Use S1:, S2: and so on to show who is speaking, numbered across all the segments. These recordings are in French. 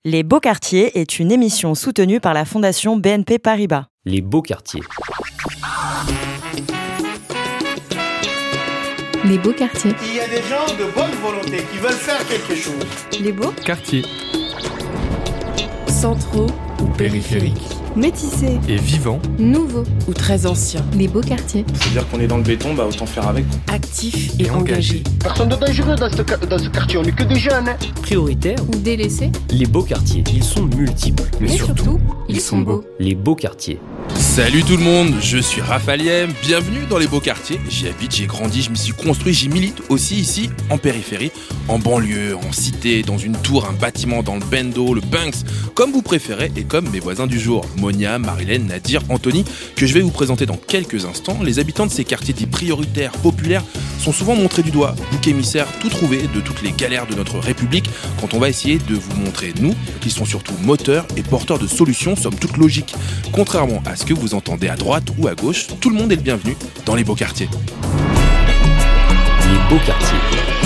S1: Les Beaux Quartiers est une émission soutenue par la Fondation BNP Paribas.
S2: Les Beaux Quartiers.
S3: Les Beaux Quartiers.
S4: Il y a des gens de bonne volonté qui veulent faire quelque chose.
S3: Les Beaux
S5: Quartiers.
S3: Centraux ou
S5: Périphériques.
S3: métissés,
S5: Et vivants.
S3: nouveaux
S6: ou très anciens,
S3: Les Beaux Quartiers.
S4: C'est-à-dire qu'on est dans le béton, autant faire avec.
S6: actifs
S5: Et
S6: et engagés.
S7: Personne de dangereux dans ce quartier, on n'est que des jeunes.
S2: Prioritaires,
S3: Ou délaissés,
S2: les beaux quartiers. Ils sont multiples.
S5: Mais surtout,
S3: ils sont beaux.
S2: Les beaux quartiers.
S8: Salut tout le monde, je suis Raphaël, bienvenue dans les Beaux Quartiers. J'y habite, j'y ai grandi, je m'y suis construit, j'y milite aussi ici, en périphérie, en banlieue, en cité, dans une tour, un bâtiment, dans le bendo, le Banks, comme vous préférez et comme mes voisins du jour, Monia, Marilène, Nadir, Anthony, que je vais vous présenter dans quelques instants. Les habitants de ces quartiers dits prioritaires, populaires, sont souvent montrés du doigt, bouc émissaire tout trouvé de toutes les galères de notre République, quand on va essayer de vous montrer, nous, qui sont surtout moteurs et porteurs de solutions, somme toute logiques. Contrairement à ce que vous entendez à droite ou à gauche, tout le monde est le bienvenu dans les Beaux Quartiers.
S2: Les beaux quartiers.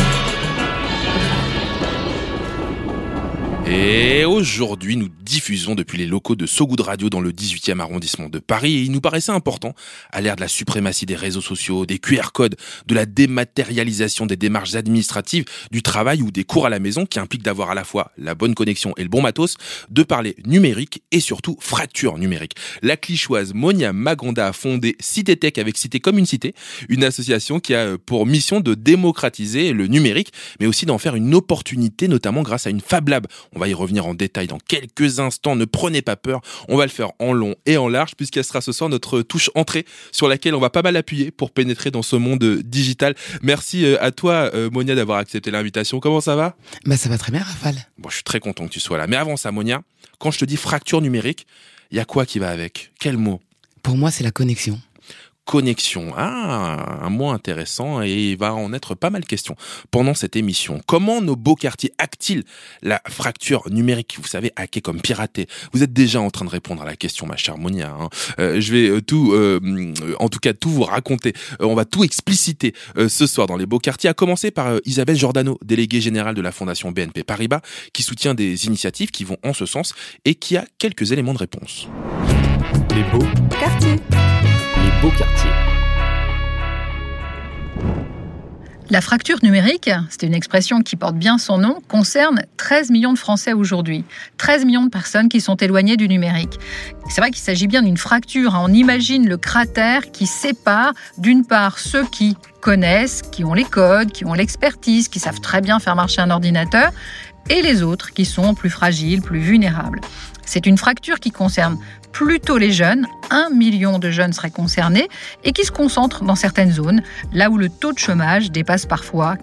S8: Et aujourd'hui, nous diffusons depuis les locaux de So Good Radio dans le 18e arrondissement de Paris et il nous paraissait important, à l'ère de la suprématie des réseaux sociaux, des QR codes, de la dématérialisation des démarches administratives, du travail ou des cours à la maison qui impliquent d'avoir à la fois la bonne connexion et le bon matos, de parler numérique et surtout fracture numérique. La clichoise Monia Maganda a fondé Cité Tech avec Cité comme une cité, une association qui a pour mission de démocratiser le numérique, mais aussi d'en faire une opportunité, notamment grâce à une Fab Lab. On va y revenir en détail dans quelques instants, ne prenez pas peur, on va le faire en long et en large puisqu'elle sera ce soir notre touche entrée sur laquelle on va pas mal appuyer pour pénétrer dans ce monde digital. Merci à toi Monia d'avoir accepté l'invitation, comment ça va ?
S6: Ça va très bien, Raphaël.
S8: Bon, je suis très content que tu sois là, mais avant ça Monia, quand je te dis fracture numérique, il y a quoi qui va avec ? Quel mot ?
S6: Pour moi, c'est la connexion.
S8: Connexion, un mot intéressant et il va en être pas mal question pendant cette émission. Comment nos beaux quartiers hackent-ils la fracture numérique ? Vous savez, hacker comme pirater. Vous êtes déjà en train de répondre à la question, ma chère Monia. Je vais tout vous raconter. On va tout expliciter ce soir dans les beaux quartiers, à commencer par Isabelle Giordano, déléguée générale de la Fondation BNP Paribas, qui soutient des initiatives qui vont en ce sens et qui a quelques éléments de réponse.
S5: Les beaux
S3: Quartiers.
S2: Les beaux quartiers.
S9: La fracture numérique, c'est une expression qui porte bien son nom, concerne 13 millions de Français aujourd'hui. 13 millions de personnes qui sont éloignées du numérique. C'est vrai qu'il s'agit bien d'une fracture. On imagine le cratère qui sépare, d'une part, ceux qui connaissent, qui ont les codes, qui ont l'expertise, qui savent très bien faire marcher un ordinateur, et les autres qui sont plus fragiles, plus vulnérables. C'est une fracture qui concerne plutôt les jeunes, 1 million de jeunes seraient concernés et qui se concentrent dans certaines zones, là où le taux de chômage dépasse parfois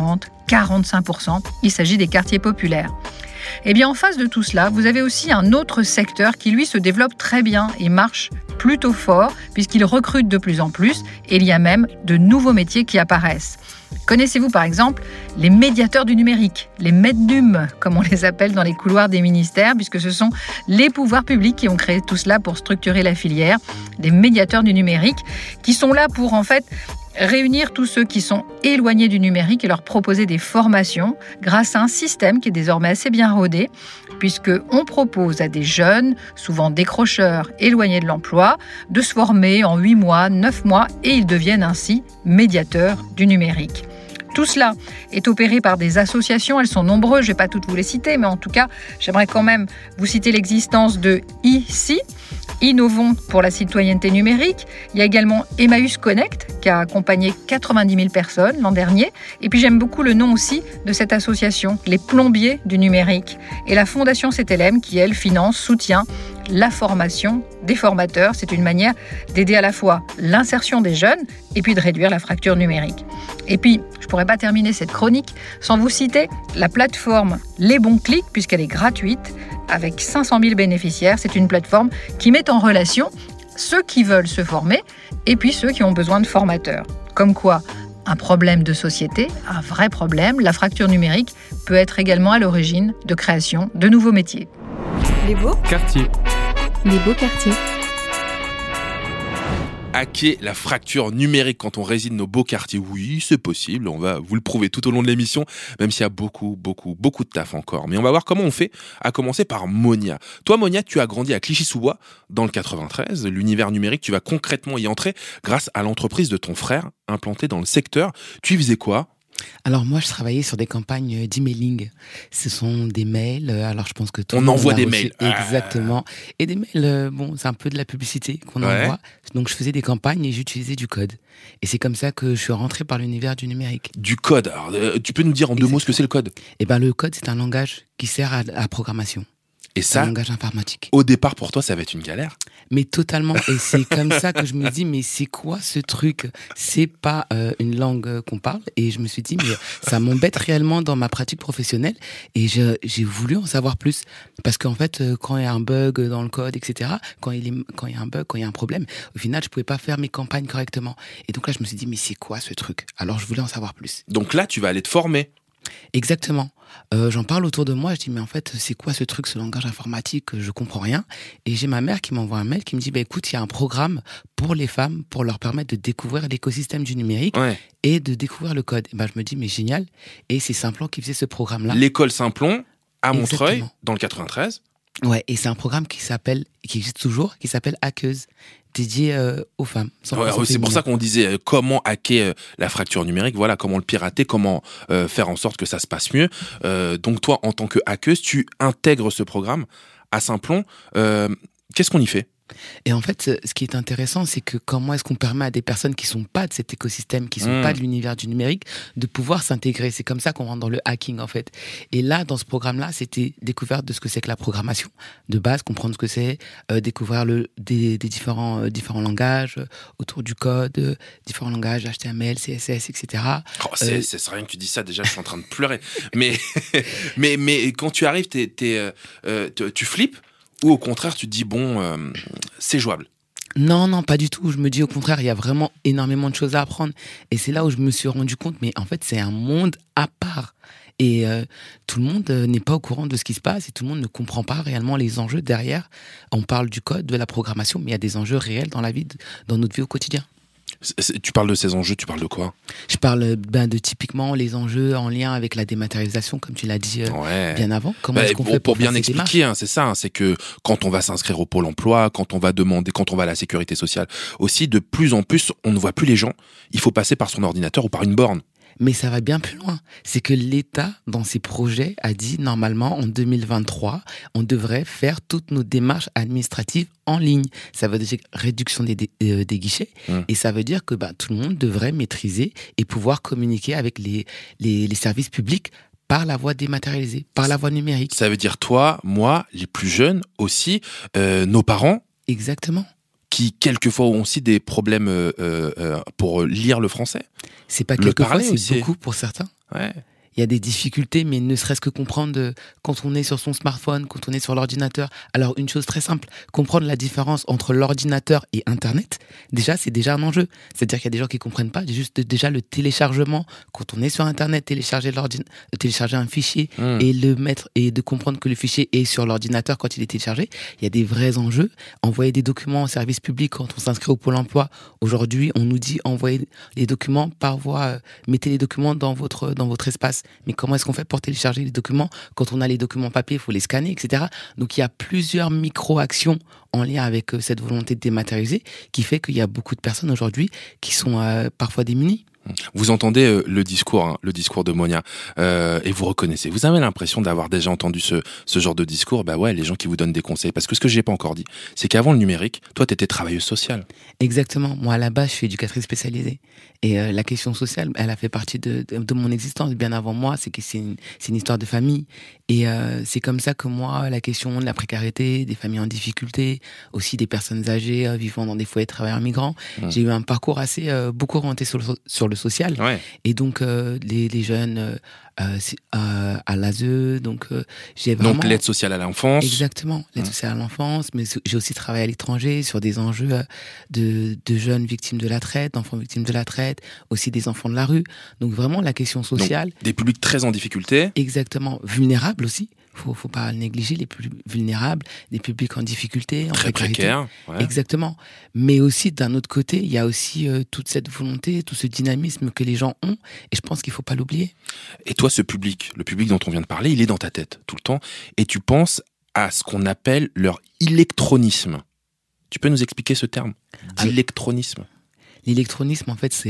S9: 40-45%. Il s'agit des quartiers populaires. Eh bien, en face de tout cela, vous avez aussi un autre secteur qui, lui, se développe très bien et marche plutôt fort, puisqu'il recrute de plus en plus et il y a même de nouveaux métiers qui apparaissent. Connaissez-vous par exemple les médiateurs du numérique, les MEDNUM, comme on les appelle dans les couloirs des ministères, puisque ce sont les pouvoirs publics qui ont créé tout cela pour structurer la filière, des médiateurs du numérique, qui sont là pour en fait réunir tous ceux qui sont éloignés du numérique et leur proposer des formations grâce à un système qui est désormais assez bien rodé, puisqu'on propose à des jeunes, souvent décrocheurs, éloignés de l'emploi, de se former en 8 mois, 9 mois, et ils deviennent ainsi médiateurs du numérique. Tout cela est opéré par des associations, elles sont nombreuses, je ne vais pas toutes vous les citer, mais en tout cas, j'aimerais quand même vous citer l'existence de ICI, Innovons pour la citoyenneté numérique. Il y a également Emmaüs Connect, qui a accompagné 90 000 personnes l'an dernier. Et puis j'aime beaucoup le nom aussi de cette association, les plombiers du numérique. Et la Fondation CTLM, qui elle finance, soutient la formation des formateurs. C'est une manière d'aider à la fois l'insertion des jeunes et puis de réduire la fracture numérique. Et puis, je ne pourrais pas terminer cette chronique sans vous citer la plateforme Les Bons Clics, puisqu'elle est gratuite, avec 500 000 bénéficiaires. C'est une plateforme qui met en relation ceux qui veulent se former et puis ceux qui ont besoin de formateurs. Comme quoi, un problème de société, un vrai problème, la fracture numérique peut être également à l'origine de création de nouveaux métiers.
S3: Les beaux
S5: quartiers.
S3: Les beaux quartiers.
S8: Hacker la fracture numérique quand on réside nos beaux quartiers. Oui, c'est possible, on va vous le prouver tout au long de l'émission, même s'il y a beaucoup de taf encore. Mais on va voir comment on fait, à commencer par Monia. Toi, Monia, tu as grandi à Clichy-sous-Bois, dans le 93. L'univers numérique, tu vas concrètement y entrer grâce à l'entreprise de ton frère, implantée dans le secteur. Tu y faisais quoi ?
S6: Alors moi, je travaillais sur des campagnes d'emailing. Ce sont des mails. Alors je pense que tout
S8: on
S6: le monde
S8: envoie
S6: a
S8: des
S6: reçu.
S8: mails.
S6: Exactement. Et des mails, c'est un peu de la publicité qu'on envoie. Donc je faisais des campagnes et j'utilisais du code. Et c'est comme ça que je suis rentré par l'univers du numérique.
S8: Du code. Alors, tu peux nous dire en 2 mots ce que c'est le code ?
S6: Eh ben le code, c'est un langage qui sert à la programmation.
S8: Et
S6: C'est un
S8: ça,
S6: langage informatique.
S8: au départ, pour toi, ça va être une galère.
S6: Mais totalement. Et c'est comme ça que je me dis, mais c'est quoi ce truc ? C'est pas une langue qu'on parle. Et je me suis dit, mais ça m'embête réellement dans ma pratique professionnelle. Et j'ai voulu en savoir plus. Parce qu'en fait, quand il y a un bug dans le code, etc., quand il y a un bug, quand il y a un problème, au final, je pouvais pas faire mes campagnes correctement. Et donc là, je me suis dit, mais c'est quoi ce truc ? Alors, je voulais en savoir plus.
S8: Donc là, tu vas aller te former.
S6: Exactement. J'en parle autour de moi, je dis mais en fait c'est quoi ce truc, ce langage informatique, je comprends rien. Et j'ai ma mère qui m'envoie un mail qui me dit écoute, il y a un programme pour les femmes pour leur permettre de découvrir l'écosystème du numérique et de découvrir le code. Et je me dis mais génial. Et c'est Simplon qui faisait ce programme-là.
S8: L'école Simplon à Montreuil,
S6: Exactement.
S8: dans le 93.
S6: Ouais, et c'est un programme qui existe toujours, qui s'appelle Hackeuse, dédié aux femmes.
S8: C'est pour ça qu'on disait comment hacker la fracture numérique, voilà, comment le pirater, comment faire en sorte que ça se passe mieux. Donc toi, en tant que hackeuse, tu intègres ce programme à Simplon. Qu'est-ce qu'on y fait ?
S6: Et en fait, ce qui est intéressant, c'est que comment est-ce qu'on permet à des personnes qui sont pas de cet écosystème, qui sont pas de l'univers du numérique, de pouvoir s'intégrer. C'est comme ça qu'on rentre dans le hacking, en fait. Et là, dans ce programme-là, c'était découverte de ce que c'est que la programmation. De base, comprendre ce que c'est, découvrir des différents langages autour du code, différents langages, HTML, CSS, etc.
S8: C'est rien que tu dis ça, déjà, je suis en train de pleurer. mais quand tu arrives, tu flippes? Ou au contraire, tu te dis, c'est jouable?
S6: Non, pas du tout. Je me dis au contraire, il y a vraiment énormément de choses à apprendre. Et c'est là où je me suis rendu compte, mais en fait, c'est un monde à part. Et tout le monde n'est pas au courant de ce qui se passe et tout le monde ne comprend pas réellement les enjeux derrière. On parle du code, de la programmation, mais il y a des enjeux réels dans notre vie au quotidien.
S8: Tu parles de ces enjeux, tu parles de quoi?
S6: Je parle de typiquement les enjeux en lien avec la dématérialisation, comme tu l'as dit bien avant. Comment est-ce qu'on fait pour
S8: bien
S6: faire ces
S8: expliquer, c'est ça, c'est que quand on va s'inscrire au Pôle emploi, quand on va à la sécurité sociale, aussi de plus en plus, on ne voit plus les gens. Il faut passer par son ordinateur ou par une borne.
S6: Mais ça va bien plus loin. C'est que l'État, dans ses projets, a dit normalement en 2023, on devrait faire toutes nos démarches administratives en ligne. Ça veut dire réduction des guichets et ça veut dire que tout le monde devrait maîtriser et pouvoir communiquer avec les services publics par la voie dématérialisée, par la voie numérique.
S8: Ça veut dire toi, moi, les plus jeunes aussi, nos parents.
S6: Exactement.
S8: Qui quelquefois ont aussi des problèmes pour lire le français.
S6: C'est pas quelquefois, c'est
S8: aussi.
S6: beaucoup pour certains.
S8: Ouais.
S6: Il y a des difficultés, mais ne serait-ce que comprendre quand on est sur son smartphone, quand on est sur l'ordinateur. Alors, une chose très simple, comprendre la différence entre l'ordinateur et Internet, c'est déjà un enjeu. C'est-à-dire qu'il y a des gens qui comprennent pas, juste déjà le téléchargement. Quand on est sur Internet, télécharger un fichier et le mettre, et de comprendre que le fichier est sur l'ordinateur quand il est téléchargé. Il y a des vrais enjeux. Envoyer des documents au service public quand on s'inscrit au Pôle emploi. Aujourd'hui, on nous dit envoyer les documents par voie, mettez les documents dans votre espace. Mais comment est-ce qu'on fait pour télécharger les documents? Quand on a les documents papier, il faut les scanner, etc. Donc il y a plusieurs micro-actions en lien avec cette volonté de dématérialiser qui fait qu'il y a beaucoup de personnes aujourd'hui qui sont parfois démunies.
S8: Vous entendez le discours de Monia, et vous reconnaissez. Vous avez l'impression d'avoir déjà entendu ce genre de discours. Les gens qui vous donnent des conseils. Parce que ce que j'ai pas encore dit, c'est qu'avant le numérique, toi, t'étais travailleuse sociale.
S6: Exactement. Moi, à la base, je suis éducatrice spécialisée. Et la question sociale, elle a fait partie de mon existence bien avant moi. C'est une histoire de famille. Et c'est comme ça que moi, la question de la précarité, des familles en difficulté, aussi des personnes âgées vivant dans des foyers de travailleurs migrants, j'ai eu un parcours assez beaucoup orienté sur le social. Ouais. Et donc, les jeunes à l'ASE, donc j'ai vraiment...
S8: Donc l'aide sociale à l'enfance.
S6: Exactement, l'aide sociale à l'enfance, mais j'ai aussi travaillé à l'étranger sur des enjeux de jeunes victimes de la traite, d'enfants victimes de la traite, aussi des enfants de la rue. Donc vraiment la question sociale...
S8: Donc, des publics très en difficulté.
S6: Exactement, vulnérables aussi. faut pas négliger les plus vulnérables, les publics en difficulté, en
S8: Très
S6: précarité.
S8: précaire. Ouais.
S6: Exactement. Mais aussi, d'un autre côté, il y a aussi toute cette volonté, tout ce dynamisme que les gens ont. Et je pense qu'il faut pas l'oublier.
S8: Et toi, ce public, le public dont on vient de parler, il est dans ta tête tout le temps. Et tu penses à ce qu'on appelle leur électronisme. Tu peux nous expliquer ce terme d'électronisme?
S6: L'électronisme, en fait,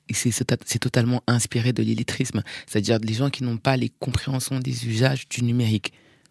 S6: c'est totalement inspiré de l'illettrisme. C'est-à-dire les gens qui n'ont pas les compréhensions des usages du numérique.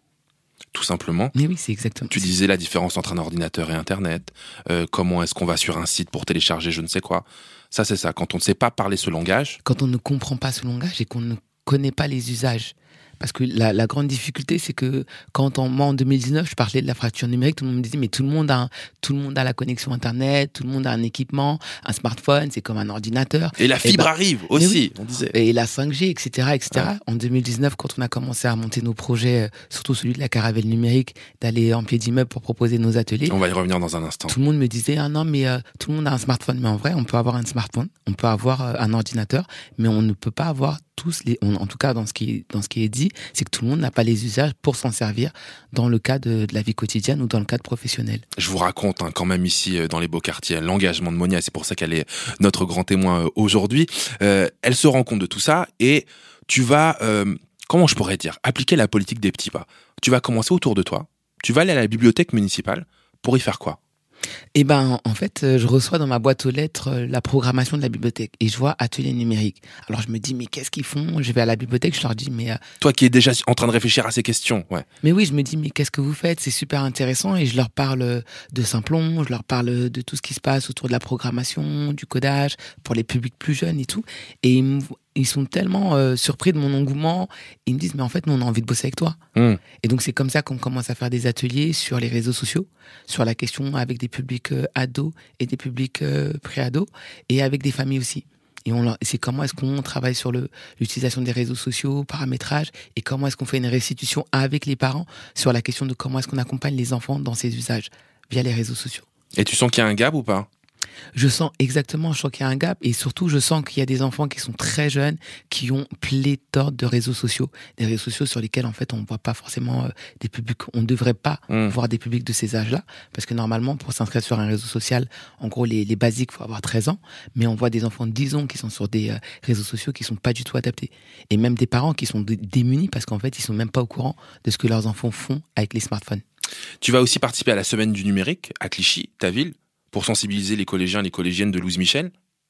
S8: Tout simplement.
S6: Mais oui, c'est exactement.
S8: Tu disais la différence entre un ordinateur et Internet. Comment est-ce qu'on va sur un site pour télécharger je ne sais quoi. Ça, c'est ça. Quand on ne sait pas parler ce langage.
S6: Quand on ne comprend pas ce langage et qu'on ne connaît pas les usages. Parce que la grande difficulté, c'est que moi, en 2019, je parlais de la fracture numérique, tout le monde me disait, mais tout le monde a la connexion Internet, tout le monde a un équipement, un smartphone, c'est comme un ordinateur.
S8: Et la fibre arrive aussi,
S6: oui,
S8: on disait.
S6: Et la 5G, etc., etc.
S8: Ouais.
S6: En 2019, quand on a commencé à monter nos projets, surtout celui de la caravelle numérique, d'aller en pied d'immeuble pour proposer nos ateliers.
S8: On va y revenir dans un instant.
S6: Tout le monde me disait, ah non, mais tout le monde a un smartphone. Mais en vrai, on peut avoir un smartphone, on peut avoir un ordinateur, mais on ne peut pas avoir en tout cas dans ce qui est dit, c'est que tout le monde n'a pas les usages pour s'en servir dans le cas de la vie quotidienne ou dans le cadre professionnel.
S8: Je vous raconte quand même ici dans les beaux quartiers l'engagement de Monia, c'est pour ça qu'elle est notre grand témoin aujourd'hui. Elle se rend compte de tout ça et tu vas, comment je pourrais dire, appliquer la politique des petits pas. Tu vas commencer autour de toi, tu vas aller à la bibliothèque municipale pour y faire quoi?
S6: Eh ben, en fait, je reçois dans ma boîte aux lettres la programmation de la bibliothèque et je vois atelier numérique. Alors je me dis, mais qu'est-ce qu'ils font? Je vais à la bibliothèque, je leur dis, mais...
S8: Toi qui es déjà en train de réfléchir à ces questions, ouais.
S6: Mais oui, je me dis, mais qu'est-ce que vous faites? C'est super intéressant et je leur parle de Simplon, je leur parle de tout ce qui se passe autour de la programmation, du codage, pour les publics plus jeunes et tout. Et ils sont tellement surpris de mon engouement. Ils me disent, mais en fait, nous, on a envie de bosser avec toi. Et donc, c'est comme ça qu'on commence à faire des ateliers sur les réseaux sociaux, sur la question avec des publics ados et des publics pré-ados, et avec des familles aussi. Et c'est comment est-ce qu'on travaille sur l'utilisation des réseaux sociaux, paramétrage, et comment est-ce qu'on fait une restitution avec les parents sur la question de comment est-ce qu'on accompagne les enfants dans ces usages via les réseaux sociaux.
S8: Et tu sens qu'il y a un gap ou pas?
S6: Je sens qu'il y a un gap et surtout je sens qu'il y a des enfants qui sont très jeunes qui ont pléthore de réseaux sociaux, des réseaux sociaux sur lesquels en fait on ne voit pas forcément des publics, on ne devrait pas voir des publics de ces âges-là parce que normalement pour s'inscrire sur un réseau social, en gros les basiques, il faut avoir 13 ans, mais on voit des enfants de 10 ans qui sont sur des réseaux sociaux qui sont pas du tout adaptés et même des parents qui sont démunis parce qu'en fait ils sont même pas au courant de ce que leurs enfants font avec les smartphones.
S8: Tu vas aussi participer à la semaine du numérique à Clichy, ta ville, pour sensibiliser les collégiens et les collégiennes de Louise Michel?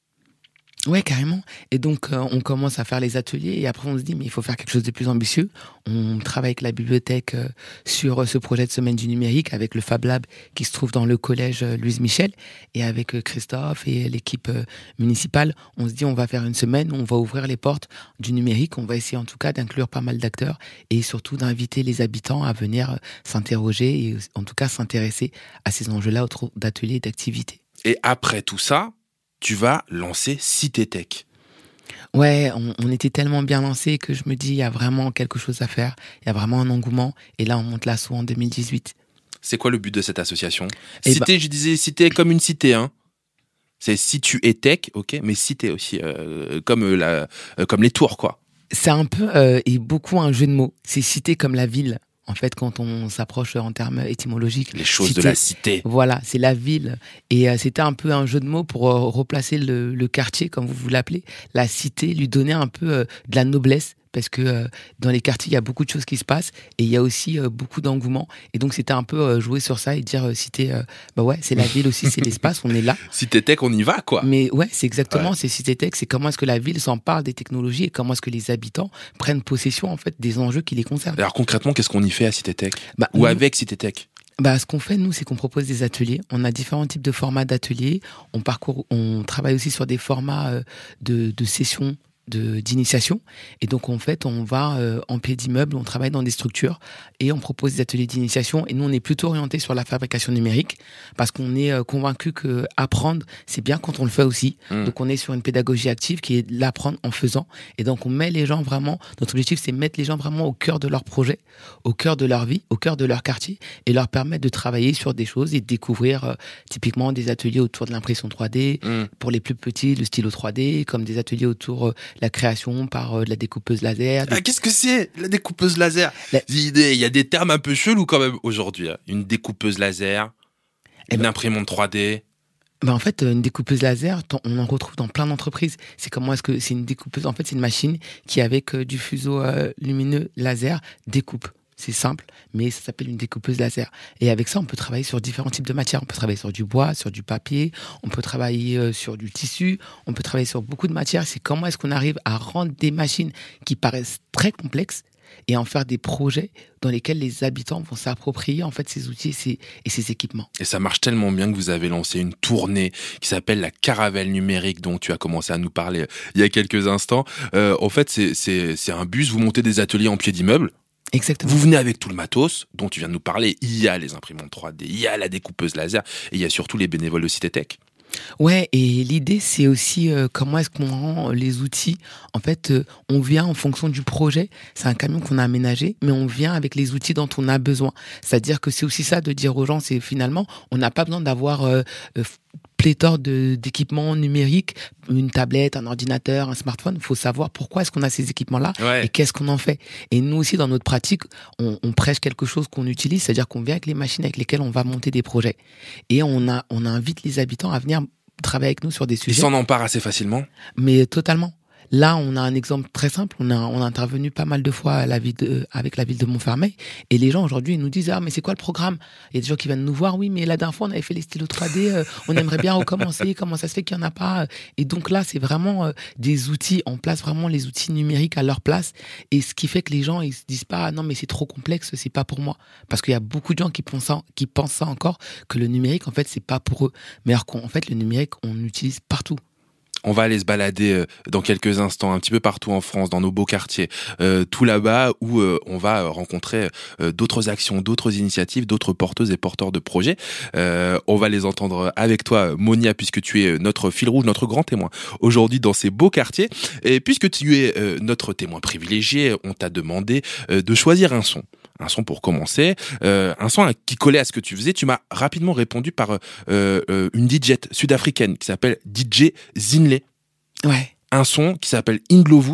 S6: Ouais, carrément. Et donc, on commence à faire les ateliers et après on se dit, mais il faut faire quelque chose de plus ambitieux. On travaille avec la bibliothèque sur ce projet de semaine du numérique avec le Fab Lab qui se trouve dans le collège Louise Michel et avec Christophe et l'équipe municipale. On se dit, on va faire une semaine où on va ouvrir les portes du numérique. On va essayer en tout cas d'inclure pas mal d'acteurs et surtout d'inviter les habitants à venir s'interroger et en tout cas s'intéresser à ces enjeux-là autour d'ateliers et d'activités.
S8: Et après tout ça, tu vas lancer Cité Tech.
S6: Ouais, on était tellement bien lancés que je me dis, il y a vraiment quelque chose à faire, il y a vraiment un engouement, et là on monte l'assaut en 2018.
S8: C'est quoi le but de cette association? Cité, je disais cité comme une cité, hein. C'est si tu es tech, ok, mais cité aussi, comme les tours, quoi.
S6: C'est un peu, et beaucoup un jeu de mots, c'est cité comme la ville. En fait, quand on s'approche en termes étymologiques.
S8: Les choses de la cité.
S6: Voilà, c'est la ville. Et c'était un peu un jeu de mots pour replacer le quartier, comme vous l'appelez. La cité, lui donner un peu de la noblesse. Parce que dans les quartiers, il y a beaucoup de choses qui se passent. Et il y a aussi beaucoup d'engouement. Et donc, c'était un peu jouer sur ça et dire cité, bah ouais, c'est la ville aussi, c'est l'espace, on est là.
S8: Cité Tech, on y va, quoi.
S6: Mais ouais, c'est exactement, c'est Cité Tech. C'est comment est-ce que la ville s'empare des technologies et comment est-ce que les habitants prennent possession, en fait, des enjeux qui les concernent.
S8: Alors, concrètement, qu'est-ce qu'on y fait à Cité Tech? Ou avec Cité Tech?
S6: Ce qu'on fait, nous, c'est qu'on propose des ateliers. On a différents types de formats d'ateliers. On travaille aussi sur des formats de sessions d'initiation. Et donc, en fait, on va en pied d'immeuble, on travaille dans des structures et on propose des ateliers d'initiation. Et nous, on est plutôt orienté sur la fabrication numérique parce qu'on est convaincu que apprendre, c'est bien quand on le fait aussi. Donc, on est sur une pédagogie active qui est l'apprendre en faisant. Et donc, on met les gens vraiment, notre objectif, c'est mettre les gens vraiment au cœur de leur projet, au cœur de leur vie, au cœur de leur quartier et leur permettre de travailler sur des choses et de découvrir typiquement des ateliers autour de l'impression 3D, pour les plus petits, le stylo 3D, comme des ateliers autour la création par de la découpeuse laser.
S8: Qu'est-ce que c'est, la découpeuse laser? Il y a des termes un peu chelous quand même aujourd'hui. Une découpeuse laser, une imprimante 3D.
S6: En fait, une découpeuse laser, on en retrouve dans plein d'entreprises. C'est comment est-ce que c'est une découpeuse? En fait, c'est une machine qui, avec du fuseau lumineux laser, découpe. C'est simple, mais ça s'appelle une découpeuse laser. Et avec ça, on peut travailler sur différents types de matières. On peut travailler sur du bois, sur du papier, on peut travailler sur du tissu, on peut travailler sur beaucoup de matières. C'est comment est-ce qu'on arrive à rendre des machines qui paraissent très complexes et en faire des projets dans lesquels les habitants vont s'approprier en fait ces outils et ces équipements.
S8: Et ça marche tellement bien que vous avez lancé une tournée qui s'appelle la Caravelle numérique, dont tu as commencé à nous parler il y a quelques instants. En fait, c'est un bus, vous montez des ateliers en pied d'immeuble.
S6: Exactement.
S8: Vous venez avec tout le matos dont tu viens de nous parler. Il y a les imprimantes 3D, il y a la découpeuse laser et il y a surtout les bénévoles de Citétech.
S6: Ouais, et l'idée, c'est aussi comment est-ce qu'on rend les outils. En fait, on vient en fonction du projet. C'est un camion qu'on a aménagé, mais on vient avec les outils dont on a besoin. C'est-à-dire que c'est aussi ça de dire aux gens, c'est finalement, on n'a pas besoin d'avoir pléthore d'équipements numériques, une tablette, un ordinateur, un smartphone. Il faut savoir pourquoi est-ce qu'on a ces équipements-là et qu'est-ce qu'on en fait. Et nous aussi, dans notre pratique, on prêche quelque chose qu'on utilise, c'est-à-dire qu'on vient avec les machines avec lesquelles on va monter des projets. Et on invite les habitants à venir travailler avec nous sur des sujets.
S8: Ils s'en emparent assez facilement?
S6: Mais totalement. Là, on a un exemple très simple. On a intervenu pas mal de fois avec la ville de Montfermeil. Et les gens, aujourd'hui, ils nous disent « Ah, mais c'est quoi le programme ?» Il y a des gens qui viennent nous voir. « Oui, mais la dernière fois, on avait fait les stylos 3D. On aimerait bien recommencer. Comment ça se fait qu'il n'y en a pas ?» Et donc là, c'est vraiment des outils. On place vraiment les outils numériques à leur place. Et ce qui fait que les gens, ils se disent pas « Non, mais c'est trop complexe. C'est pas pour moi. » Parce qu'il y a beaucoup de gens qui pensent ça encore, que le numérique, en fait, c'est pas pour eux. Mais alors qu'en fait, le numérique, on l'utilise partout.
S8: On va aller se balader dans quelques instants un petit peu partout en France, dans nos beaux quartiers, tout là-bas où on va rencontrer d'autres actions, d'autres initiatives, d'autres porteuses et porteurs de projets. On va les entendre avec toi, Monia, puisque tu es notre fil rouge, notre grand témoin aujourd'hui dans ces beaux quartiers. Et puisque tu es notre témoin privilégié, on t'a demandé de choisir un son. Un son pour commencer, un son qui collait à ce que tu faisais. Tu m'as rapidement répondu par une DJ sud-africaine qui s'appelle DJ Zinle.
S6: Ouais.
S8: Un son qui s'appelle Indlovu.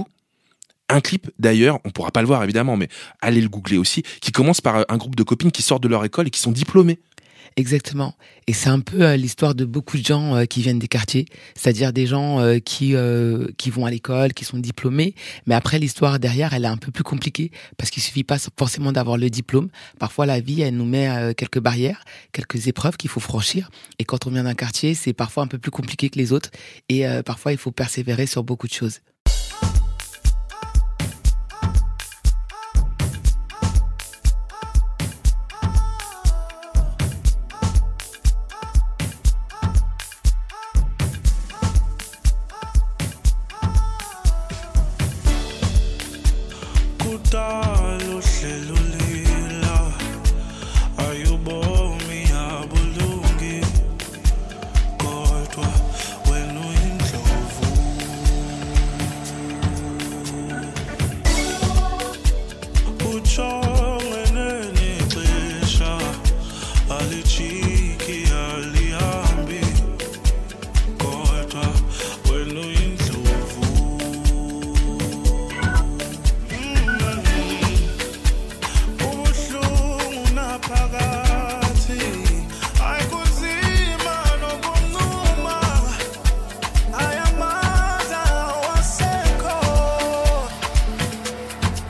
S8: Un clip d'ailleurs, on pourra pas le voir évidemment, mais allez le googler aussi, qui commence par un groupe de copines qui sortent de leur école et qui sont diplômées.
S6: Exactement. Et c'est un peu l'histoire de beaucoup de gens qui viennent des quartiers, c'est-à-dire des gens qui vont à l'école, qui sont diplômés. Mais après, l'histoire derrière, elle est un peu plus compliquée parce qu'il suffit pas forcément d'avoir le diplôme. Parfois, la vie, elle nous met quelques barrières, quelques épreuves qu'il faut franchir. Et quand on vient d'un quartier, c'est parfois un peu plus compliqué que les autres. Et parfois, il faut persévérer sur beaucoup de choses.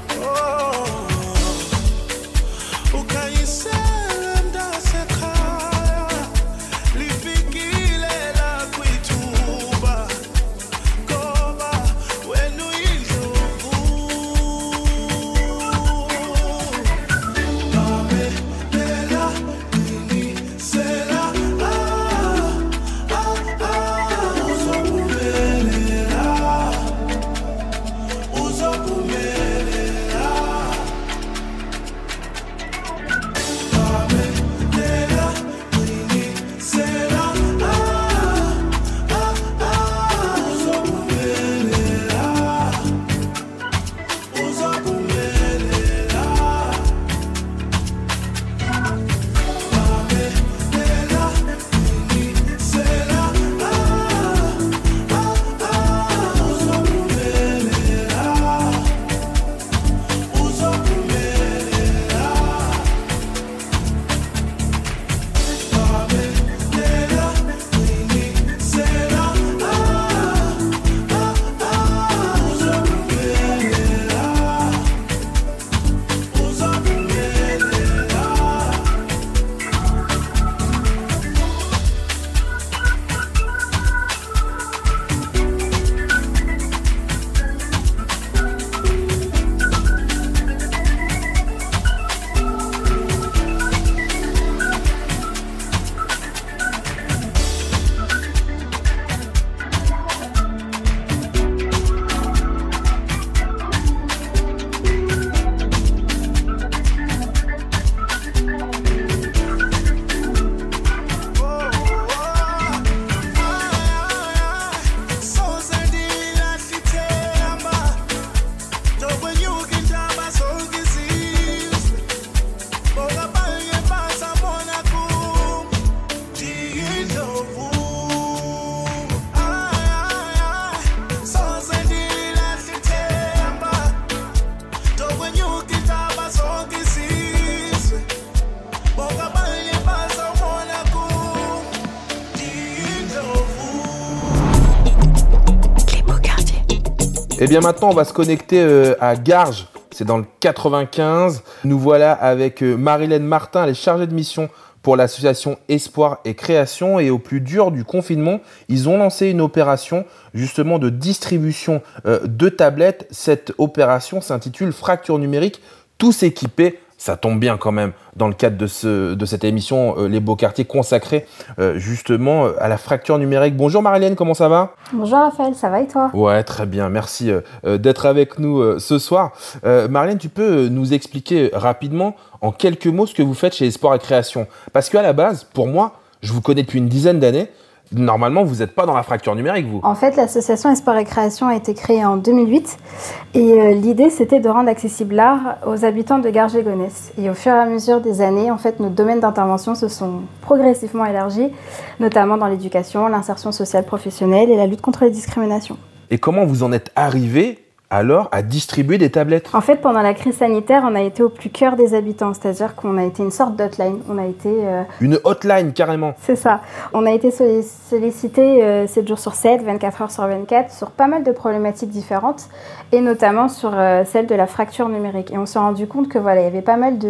S10: Ukayisela mntasekhaya
S8: Et bien maintenant, on va se connecter à Garges, c'est dans le 95. Nous voilà avec Marilène Martin, elle est chargée de mission pour l'association Espoir et Création. Et au plus dur du confinement, ils ont lancé une opération justement de distribution de tablettes. Cette opération s'intitule Fracture numérique, tous équipés. Ça tombe bien quand même dans le cadre de cette émission Les Beaux Quartiers consacrée justement à la fracture numérique. Bonjour Marilène, comment ça va ?
S3: Bonjour Raphaël, ça va et toi ?
S8: Ouais, très bien, merci d'être avec nous ce soir. Marilène, tu peux nous expliquer rapidement, en quelques mots, ce que vous faites chez Espoir et Création ? Parce qu'à la base, pour moi, je vous connais depuis une dizaine d'années. Normalement, vous n'êtes pas dans la fracture numérique, vous.
S3: En fait, l'association Espoir et Création a été créée en 2008 et l'idée, c'était de rendre accessible l'art aux habitants de Garges-lès-Gonesse. Et au fur et à mesure des années, en fait, nos domaines d'intervention se sont progressivement élargis, notamment dans l'éducation, l'insertion sociale professionnelle et la lutte contre les discriminations.
S8: Et comment vous en êtes arrivé alors à distribuer des tablettes ?
S3: En fait, pendant la crise sanitaire, on a été au plus cœur des habitants, c'est-à-dire qu'on a été une sorte d'hotline. On a été...
S8: Une hotline, carrément.
S3: C'est ça. On a été sollicité 7 jours sur 7, 24 heures sur 24, sur pas mal de problématiques différentes, et notamment sur celle de la fracture numérique. Et on s'est rendu compte que voilà, il y avait pas mal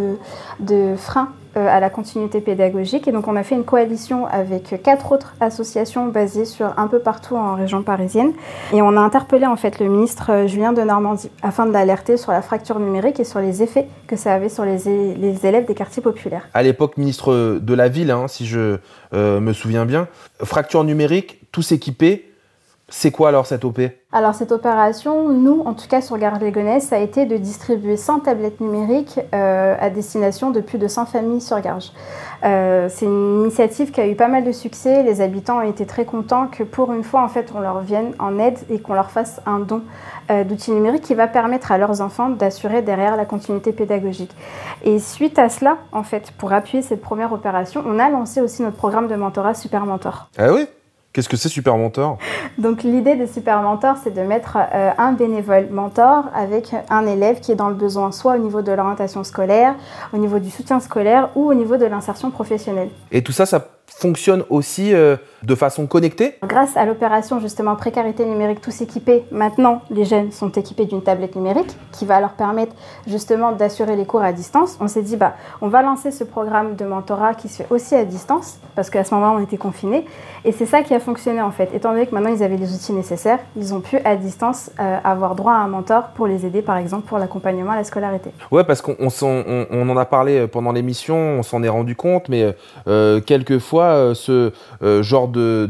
S3: de freins à la continuité pédagogique. Et donc, on a fait une coalition avec 4 autres associations basées sur un peu partout en région parisienne. Et on a interpellé en fait le ministre Julien Denormandie afin de l'alerter sur la fracture numérique et sur les effets que ça avait sur les élèves des quartiers populaires.
S8: À l'époque, ministre de la Ville, si je me souviens bien. Fracture numérique, tous équipés. C'est quoi alors cette OP ?
S3: Alors cette opération, nous, en tout cas sur Garges-lès-Gonesse, ça a été de distribuer 100 tablettes numériques à destination de plus de 100 familles sur Garges. C'est une initiative qui a eu pas mal de succès. Les habitants ont été très contents que pour une fois, en fait, on leur vienne en aide et qu'on leur fasse un don d'outils numériques qui va permettre à leurs enfants d'assurer derrière la continuité pédagogique. Et suite à cela, en fait, pour appuyer cette première opération, on a lancé aussi notre programme de mentorat Super Mentor.
S8: Ah oui ? Qu'est-ce que c'est Super Mentor ?
S3: Donc l'idée de Super Mentor, c'est de mettre un bénévole mentor avec un élève qui est dans le besoin, soit au niveau de l'orientation scolaire, au niveau du soutien scolaire ou au niveau de l'insertion professionnelle.
S8: Et tout ça, ça fonctionne aussi de façon connectée ?
S3: Grâce à l'opération justement Précarité numérique tous équipés, maintenant les jeunes sont équipés d'une tablette numérique qui va leur permettre justement d'assurer les cours à distance. On s'est dit on va lancer ce programme de mentorat qui se fait aussi à distance parce qu'à ce moment-là on était confinés et c'est ça qui a fonctionné en fait. Étant donné que maintenant ils avaient les outils nécessaires, ils ont pu à distance avoir droit à un mentor pour les aider par exemple pour l'accompagnement à la scolarité. Ouais,
S8: parce qu'on en a parlé pendant l'émission, on s'en est rendu compte, mais quelquefois ce genre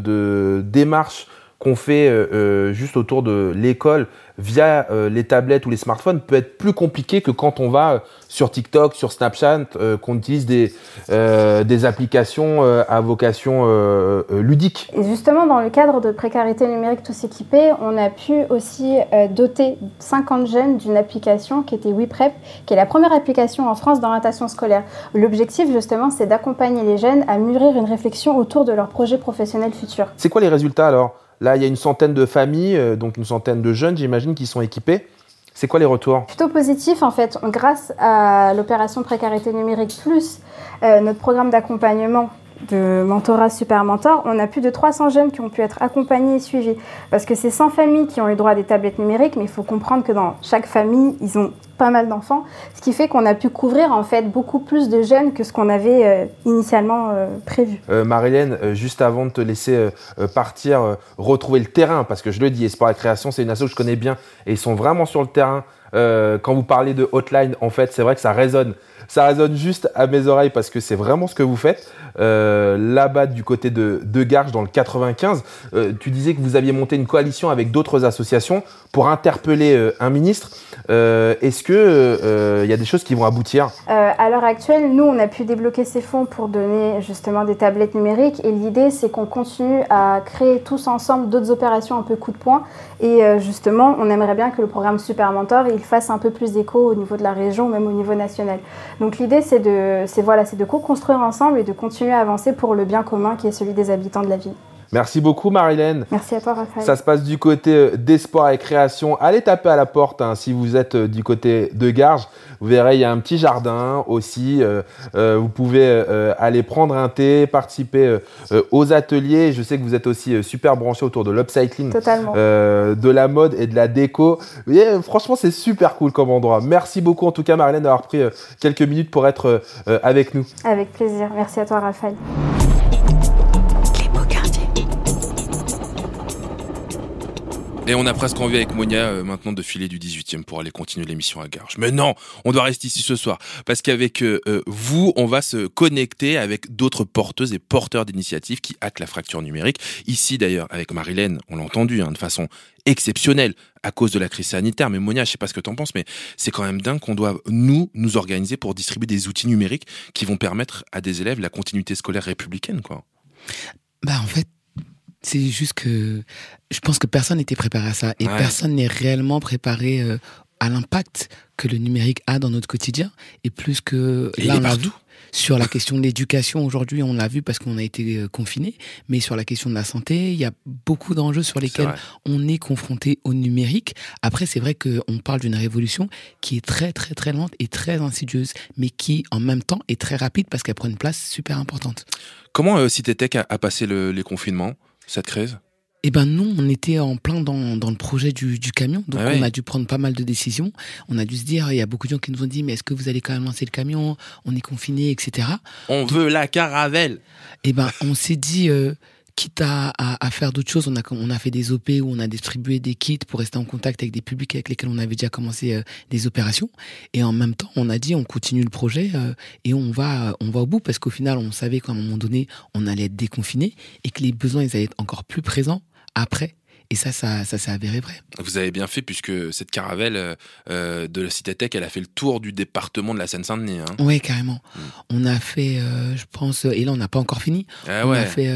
S8: de démarche qu'on fait juste autour de l'école via les tablettes ou les smartphones peut être plus compliqué que quand on va sur TikTok, sur Snapchat, qu'on utilise des applications à vocation ludique.
S3: Et justement, dans le cadre de Précarité numérique tous équipés, on a pu aussi doter 50 jeunes d'une application qui était WePrep, qui est la première application en France d'orientation scolaire. L'objectif, justement, c'est d'accompagner les jeunes à mûrir une réflexion autour de leur projet professionnel futur.
S8: C'est quoi les résultats alors ? Là, il y a une centaine de familles, donc une centaine de jeunes, j'imagine, qui sont équipés. C'est quoi les retours ?
S3: Plutôt positif, en fait. Grâce à l'opération Précarité numérique plus notre programme d'accompagnement de mentorat Super Mentor, on a plus de 300 jeunes qui ont pu être accompagnés et suivis. Parce que c'est 100 familles qui ont eu droit à des tablettes numériques, mais il faut comprendre que dans chaque famille, ils ont pas mal d'enfants, ce qui fait qu'on a pu couvrir en fait beaucoup plus de jeunes que ce qu'on avait initialement prévu.
S8: Marilène, juste avant de te laisser partir, retrouver le terrain, parce que je le dis, Espoir et Création, c'est une asso que je connais bien et ils sont vraiment sur le terrain. Quand vous parlez de hotline, en fait, c'est vrai que ça résonne juste à mes oreilles parce que c'est vraiment ce que vous faites. Là-bas, du côté de Garges, dans le 95, tu disais que vous aviez monté une coalition avec d'autres associations pour interpeller un ministre. Est-ce que y a des choses qui vont aboutir ?
S3: À l'heure actuelle, nous, on a pu débloquer ces fonds pour donner justement des tablettes numériques. Et l'idée, c'est qu'on continue à créer tous ensemble d'autres opérations un peu coup de poing. Et justement, on aimerait bien que le programme Super Mentor il fasse un peu plus d'écho au niveau de la région, même au niveau national. Donc l'idée, c'est de co-construire ensemble et de continuer à avancer pour le bien commun qui est celui des habitants de la ville.
S8: Merci beaucoup Marilène.
S3: Merci à toi Raphaël.
S8: Ça se passe du côté des sports et création. Allez taper à la porte si vous êtes du côté de Garges. Vous verrez, il y a un petit jardin aussi. Vous pouvez aller prendre un thé, participer aux ateliers. Je sais que vous êtes aussi super branchés autour de l'upcycling, de la mode et de la déco. Et, franchement, c'est super cool comme endroit. Merci beaucoup en tout cas Marilène d'avoir pris quelques minutes pour être avec nous.
S3: Avec plaisir. Merci à toi Raphaël.
S8: Et on a presque envie avec Monia maintenant de filer du 18e pour aller continuer l'émission à Garges. Mais non, on doit rester ici ce soir parce qu'avec vous, on va se connecter avec d'autres porteuses et porteurs d'initiatives qui hackent la fracture numérique. Ici d'ailleurs, avec Marilène, on l'a entendu de façon exceptionnelle à cause de la crise sanitaire. Mais Monia, je sais pas ce que t'en penses, mais c'est quand même dingue qu'on doit nous organiser pour distribuer des outils numériques qui vont permettre à des élèves la continuité scolaire républicaine, quoi.
S6: En fait, c'est juste que je pense que personne n'était préparé à ça et personne n'est réellement préparé à l'impact que le numérique a dans notre quotidien et plus que
S8: et
S6: là on
S8: a
S6: vu sur la question de l'éducation aujourd'hui, on l'a vu parce qu'on a été confinés, mais sur la question de la santé, il y a beaucoup d'enjeux sur lesquels on est confronté au numérique. Après, c'est vrai qu'on parle d'une révolution qui est très très très lente et très insidieuse, mais qui en même temps est très rapide parce qu'elle prend une place super importante.
S8: Comment Citétech a passé les confinements, cette crise ?
S6: Nous, on était en plein dans le projet du camion, donc on a dû prendre pas mal de décisions. On a dû se dire, il y a beaucoup de gens qui nous ont dit, mais est-ce que vous allez quand même lancer le camion ? On est confinés, etc.
S8: On veut la caravelle.
S6: On s'est dit, quitte à faire d'autres choses, on a fait des OP où on a distribué des kits pour rester en contact avec des publics avec lesquels on avait déjà commencé des opérations. Et en même temps, on a dit, on continue le projet et on va au bout parce qu'au final, on savait qu'à un moment donné, on allait être déconfiné et que les besoins, ils allaient être encore plus présents après. Et ça s'est avéré vrai.
S8: Vous avez bien fait puisque cette caravelle de la Citétech, elle a fait le tour du département de la Seine-Saint-Denis.
S6: Oui, carrément. On a fait, je pense, et là on n'a pas encore fini. On a fait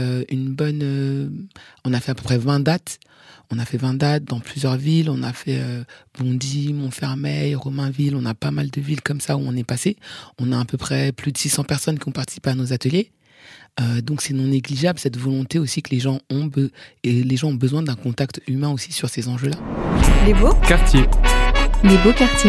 S6: on a fait à peu près 20 dates. On a fait 20 dates dans plusieurs villes. On a fait Bondy, Montfermeil, Romainville. On a pas mal de villes comme ça où on est passé. On a à peu près plus de 600 personnes qui ont participé à nos ateliers. Donc c'est non négligeable cette volonté aussi que les gens ont besoin d'un contact humain aussi sur ces enjeux-là.
S5: Les beaux quartiers.
S10: Les beaux quartiers.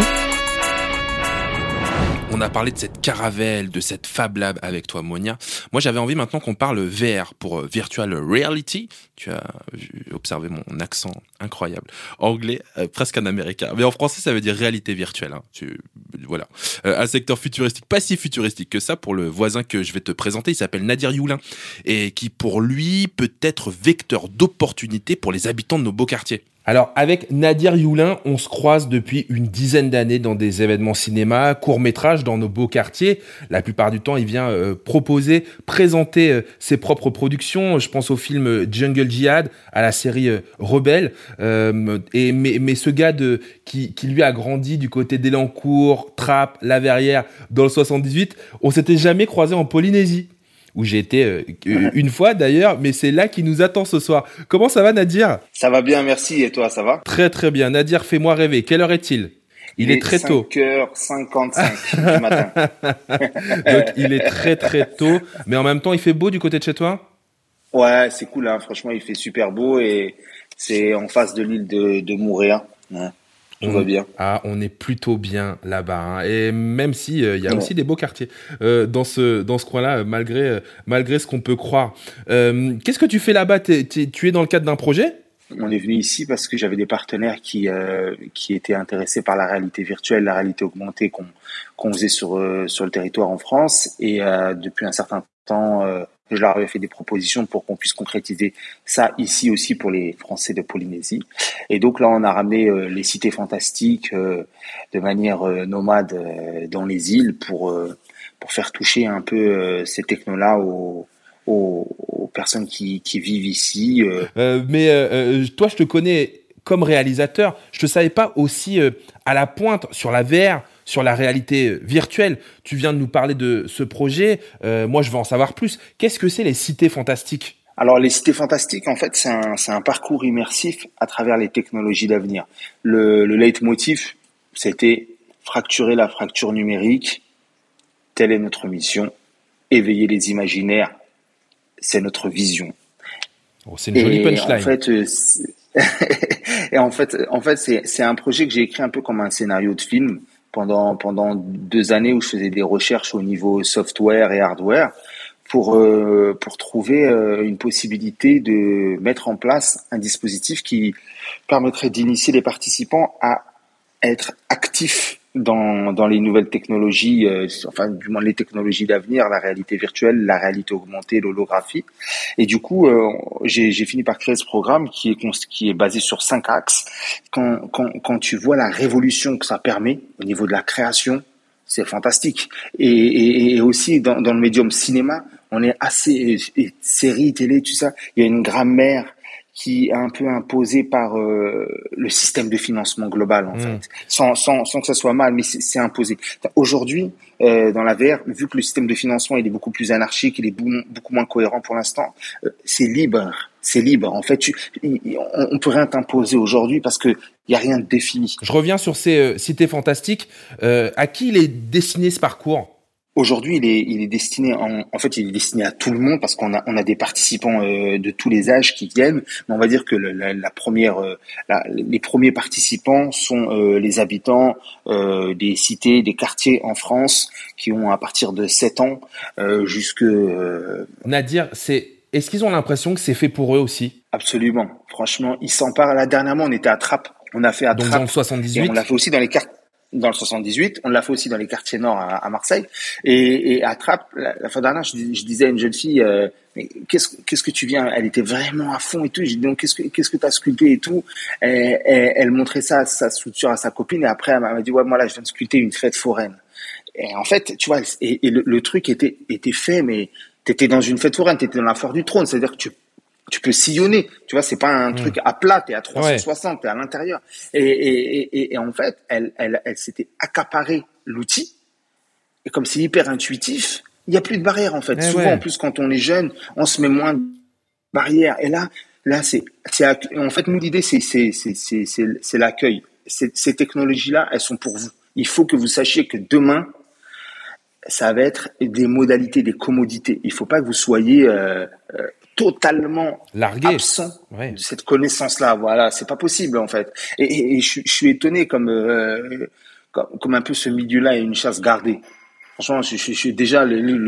S8: On a parlé de cette caravelle, de cette Fab Lab avec toi, Monia. Moi, j'avais envie maintenant qu'on parle VR pour Virtual Reality. Tu as observé mon accent incroyable. Anglais, presque un américain. Mais en français, ça veut dire réalité virtuelle. Voilà. Un secteur futuristique, pas si futuristique que ça pour le voisin que je vais te présenter. Il s'appelle Nadir Youlin et qui, pour lui, peut être vecteur d'opportunités pour les habitants de nos beaux quartiers. Alors, avec Nadir Youlin, on se croise depuis une dizaine d'années dans des événements cinéma, courts-métrages dans nos beaux quartiers. La plupart du temps, il vient présenter ses propres productions. Je pense au film Jungle Jihad, à la série Rebelle. Mais ce gars qui lui a grandi du côté d'Elancourt, Trappes, La Verrière, dans le 78, on s'était jamais croisé en Polynésie, où j'ai été une fois d'ailleurs, mais c'est là qu'il nous attend ce soir. Comment ça va, Nadir ?
S11: Ça va bien, merci. Et toi, ça va ?
S8: Très très bien. Nadir, fais-moi rêver. Quelle heure est-il ? Il est très tôt.
S11: 5h55 du matin.
S8: Donc il est très très tôt, mais en même temps il fait beau du côté de chez toi ?
S11: Ouais, c'est cool, franchement il fait super beau et c'est en face de l'île de Mooréa. Tout va bien.
S8: On est plutôt bien là-bas, et même si il y a aussi des beaux quartiers dans ce coin-là, malgré ce qu'on peut croire. Qu'est-ce que tu fais là-bas ? Tu es dans le cadre d'un projet ?
S11: On est venu ici parce que j'avais des partenaires qui étaient intéressés par la réalité virtuelle, la réalité augmentée qu'on faisait sur le territoire en France, et depuis un certain temps je leur avais fait des propositions pour qu'on puisse concrétiser ça ici aussi pour les Français de Polynésie. Et donc là, on a ramené les cités fantastiques de manière nomade dans les îles pour faire toucher un peu ces technos-là aux personnes qui vivent ici.
S8: Toi, je te connais comme réalisateur. Je te savais pas aussi à la pointe sur la VR, sur la réalité virtuelle. Tu viens de nous parler de ce projet. Moi, je veux en savoir plus. Qu'est-ce que c'est les cités fantastiques ?
S11: Alors, les cités fantastiques, en fait, c'est un parcours immersif à travers les technologies d'avenir. Le leitmotiv, c'était fracturer la fracture numérique. Telle est notre mission. Éveiller les imaginaires, c'est notre vision.
S8: Oh, c'est une jolie punchline.
S11: En fait, c'est un projet que j'ai écrit un peu comme un scénario de film pendant 2 années où je faisais des recherches au niveau software et hardware pour trouver une possibilité de mettre en place un dispositif qui permettrait d'initier les participants à être actifs dans les nouvelles technologies, enfin du moins les technologies d'avenir, la réalité virtuelle, la réalité augmentée, l'holographie. Et du coup, j'ai fini par créer ce programme qui est basé sur 5 axes. Quand tu vois la révolution que ça permet au niveau de la création, c'est fantastique. Et aussi dans le médium cinéma, on est assez séries, télé, tout ça. Il y a une grammaire qui est un peu imposée par le système de financement global en fait, sans que ça soit mal, mais c'est imposé. Aujourd'hui, dans la VR, vu que le système de financement il est beaucoup plus anarchique, il est beaucoup moins cohérent pour l'instant, c'est libre. En fait, on peut rien t'imposer aujourd'hui parce que il y a rien de défini.
S8: Je reviens sur ces cités fantastiques. À qui il est destiné ce parcours ?
S11: Aujourd'hui, il est destiné il est destiné à tout le monde parce qu'on a des participants de tous les âges qui viennent. Mais on va dire que les premiers participants sont les habitants des cités, des quartiers en France qui ont à partir de 7 ans jusque.
S8: Nadir, est-ce qu'ils ont l'impression que c'est fait pour eux aussi ?
S11: Absolument. Franchement, ils s'emparent. Là, dernièrement, on était à Trappes. On a fait à Trappes.
S8: Donc dans le 78.
S11: Et on l'a fait aussi dans les quartiers. Dans le 78, on l'a fait aussi dans les quartiers nord à Marseille et à Trappes. La fois dernière, je disais à une jeune fille, mais qu'est-ce que tu viens ? Elle était vraiment à fond et tout. J'ai dit donc qu'est-ce que t'as sculpté et tout. Elle montrait ça, sa sculpture à sa copine et après elle m'a dit ouais moi là je viens de sculpter une fête foraine. Et en fait tu vois et le truc était fait mais t'étais dans une fête foraine, t'étais dans la foire du trône, c'est-à-dire que tu peux sillonner, tu vois, c'est pas un truc à plat, t'es à 360, t'es à l'intérieur. Et en fait, elle s'était accaparé l'outil. Et comme c'est hyper intuitif, il y a plus de barrière, en fait. Souvent, en plus, quand on est jeune, on se met moins de barrières. Et là, en fait, nous, l'idée, c'est l'accueil. Ces technologies-là, elles sont pour vous. Il faut que vous sachiez que demain, ça va être des modalités, des commodités. Il faut pas que vous soyez, totalement
S8: largué,
S11: absent de cette connaissance-là. Voilà, c'est pas possible en fait. Et je suis étonné comme un peu ce milieu-là est une chasse gardée. Franchement, je suis déjà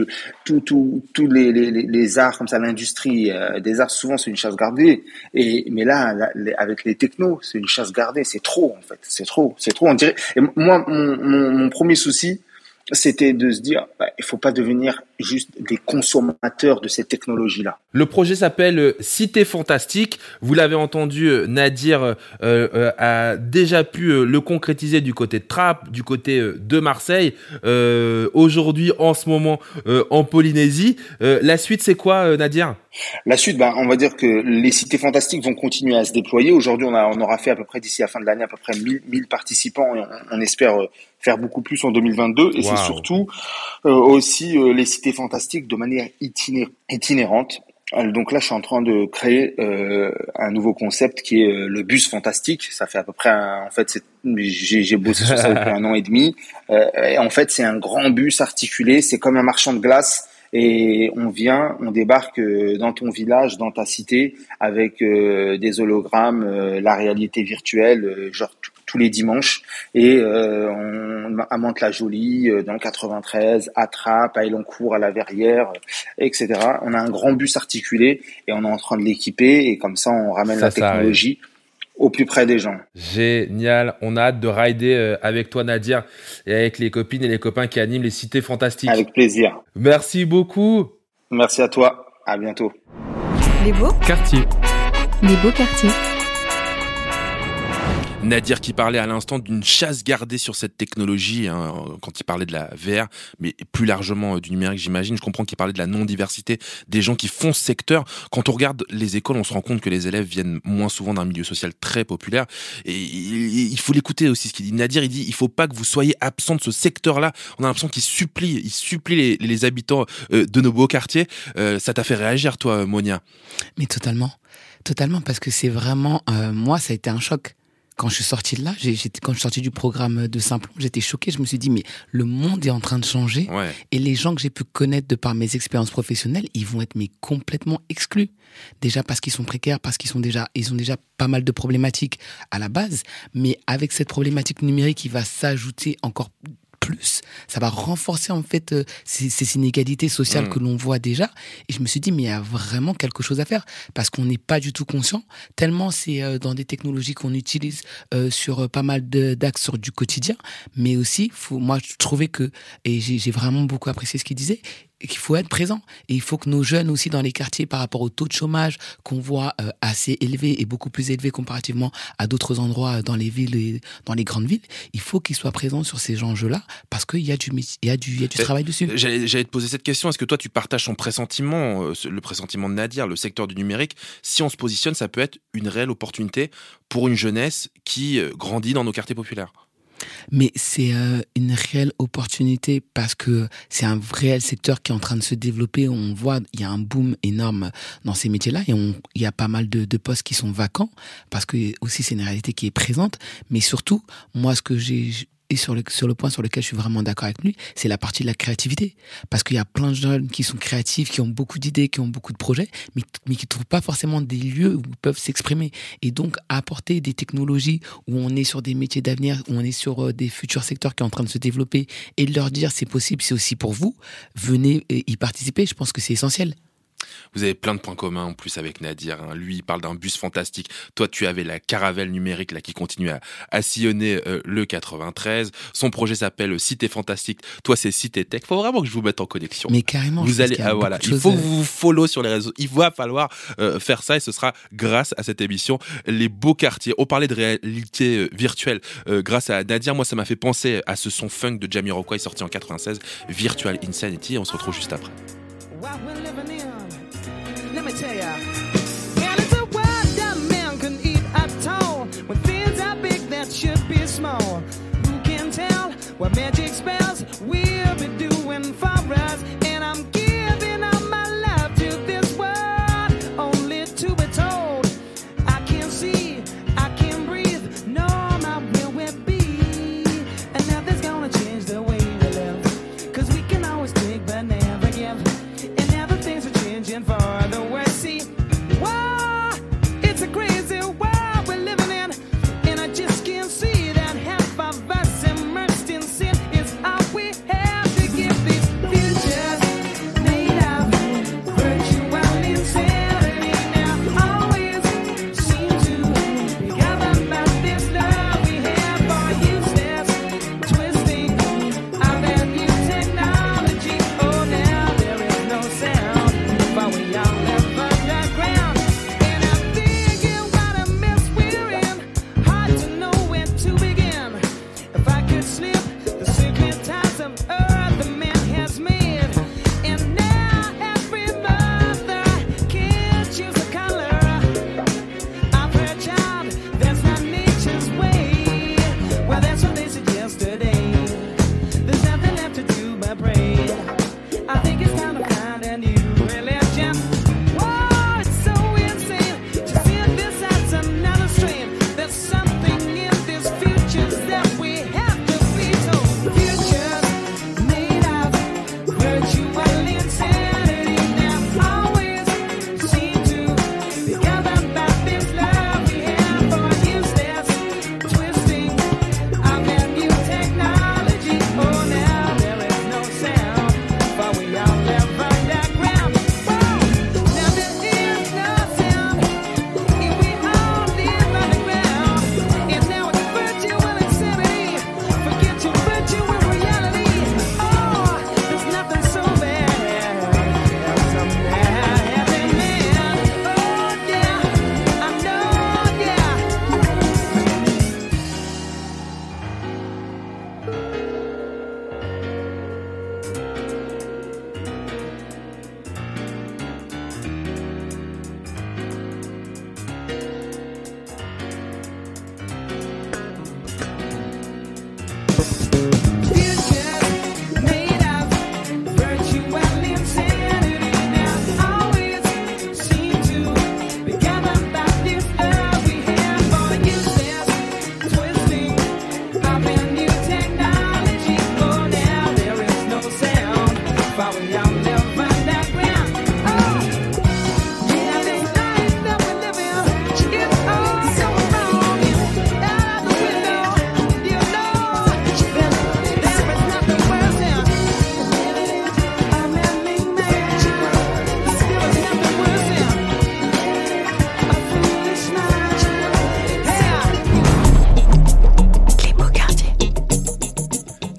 S11: tous les arts comme ça, l'industrie des arts souvent c'est une chasse gardée. Mais là avec les technos, c'est une chasse gardée. C'est trop en fait. C'est trop. On dirait. Et moi, mon premier souci, c'était de se dire, il faut pas devenir juste des consommateurs de ces technologies-là.
S8: Le projet s'appelle Cité Fantastique. Vous l'avez entendu, Nadir a déjà pu le concrétiser du côté de Trappes, du côté de Marseille. Aujourd'hui, en ce moment, en Polynésie. La suite, c'est quoi, Nadir ?
S11: La suite, on va dire que les cités fantastiques vont continuer à se déployer. Aujourd'hui, on aura fait à peu près d'ici la fin de l'année à peu près 1000 participants et on espère faire beaucoup plus en 2022. Et c'est surtout aussi les cités fantastiques de manière itinérante. Donc là, je suis en train de créer un nouveau concept qui est le bus fantastique. Ça fait à peu près, j'ai bossé sur ça depuis 1 an et demi. Et en fait, c'est un grand bus articulé. C'est comme un marchand de glace. Et on débarque dans ton village, dans ta cité, avec des hologrammes, la réalité virtuelle, genre tous les dimanches. Et à Mantes-la-Jolie, dans le 93, à Trappes, à Elancourt, à la Verrière, etc. On a un grand bus articulé et on est en train de l'équiper. Et comme ça, on ramène la technologie au plus près des gens.
S8: Génial, on a hâte de rider avec toi Nadir et avec les copines et les copains qui animent les cités fantastiques.
S11: Avec plaisir.
S8: Merci beaucoup.
S11: Merci à toi, à bientôt.
S10: Les beaux
S5: quartiers.
S10: Les beaux quartiers.
S8: Nadir qui parlait à l'instant d'une chasse gardée sur cette technologie, quand il parlait de la VR, mais plus largement du numérique, j'imagine. Je comprends qu'il parlait de la non-diversité des gens qui font ce secteur. Quand on regarde les écoles, on se rend compte que les élèves viennent moins souvent d'un milieu social très populaire. Et il faut l'écouter aussi, ce qu'il dit. Nadir, il dit, il faut pas que vous soyez absent de ce secteur-là. On a l'impression qu'il supplie les habitants de nos beaux quartiers. Ça t'a fait réagir, toi, Monia ?
S6: Mais totalement, parce que c'est vraiment, moi, ça a été un choc. quand je suis sorti de là, quand je suis sorti du programme de Simplon, j'étais choqué. Je me suis dit, mais le monde est en train de changer.
S8: Ouais.
S6: Et les gens que j'ai pu connaître de par mes expériences professionnelles, ils vont être complètement exclus. Déjà parce qu'ils sont précaires, parce qu'ils ont déjà pas mal de problématiques à la base. Mais avec cette problématique numérique qui va s'ajouter encore plus, ça va renforcer en fait ces inégalités sociales que l'on voit déjà. Et je me suis dit, mais il y a vraiment quelque chose à faire, parce qu'on n'est pas du tout conscient, tellement c'est dans des technologies qu'on utilise sur pas mal d'axes sur du quotidien, mais aussi, moi je trouvais que, et j'ai vraiment beaucoup apprécié ce qu'il disait, qu'il faut être présent. Et il faut que nos jeunes aussi dans les quartiers, par rapport au taux de chômage qu'on voit assez élevé et beaucoup plus élevé comparativement à d'autres endroits dans les villes et dans les grandes villes, il faut qu'ils soient présents sur ces enjeux-là, parce qu'il y a du travail dessus.
S8: J'allais te poser cette question. Est-ce que toi tu partages son pressentiment, le pressentiment de Nadir, le secteur du numérique, si on se positionne, ça peut être une réelle opportunité pour une jeunesse qui grandit dans nos quartiers populaires?
S6: Mais c'est une réelle opportunité, parce que c'est un réel secteur qui est en train de se développer. On voit, il y a un boom énorme dans ces métiers-là, et il y a pas mal de postes qui sont vacants, parce que aussi c'est une réalité qui est présente. Mais surtout, moi, ce que et sur le point sur lequel je suis vraiment d'accord avec lui, c'est la partie de la créativité. Parce qu'il y a plein de jeunes qui sont créatifs, qui ont beaucoup d'idées, qui ont beaucoup de projets, mais qui ne trouvent pas forcément des lieux où ils peuvent s'exprimer. Et donc, apporter des technologies où on est sur des métiers d'avenir, où on est sur des futurs secteurs qui sont en train de se développer, et de leur dire c'est possible, c'est aussi pour vous, venez y participer, je pense que c'est essentiel.
S8: Vous avez plein de points communs en plus avec Nadir. Hein. Lui, il parle d'un bus fantastique. Toi, tu avais la caravelle numérique là qui continue à sillonner le 93. Son projet s'appelle Cité Fantastique. Toi, c'est Cité Tech. Faut vraiment que je vous mette en connexion.
S6: Mais carrément.
S8: Vous allez, voilà. Il faut que vous follow sur les réseaux. Il va falloir faire ça, et ce sera grâce à cette émission Les Beaux Quartiers. On parlait de réalité virtuelle grâce à Nadir. Moi, ça m'a fait penser à ce son funk de Jamiroquai sorti en 96, Virtual Insanity. On se retrouve juste après.
S12: Let me tell ya, well, it's a world that man can eat at all. When things are big that should be small. Who can tell what magic spells we'll be doing for us? And I'm giving all my love to this world, only to be told I can't see, I can't breathe, no, my will will be. And nothing's gonna change the way we live, 'cause we can always take but never give. And now the things are changing for the worse. See, wow, it's a crazy world we're living in, and I just can't see that half of us immersed in sin is all we have to give these futures made of virtual insanity. Now always seem to be governed by this love we have for useless twisting of that new technology. Oh, now there is no sound, but we are.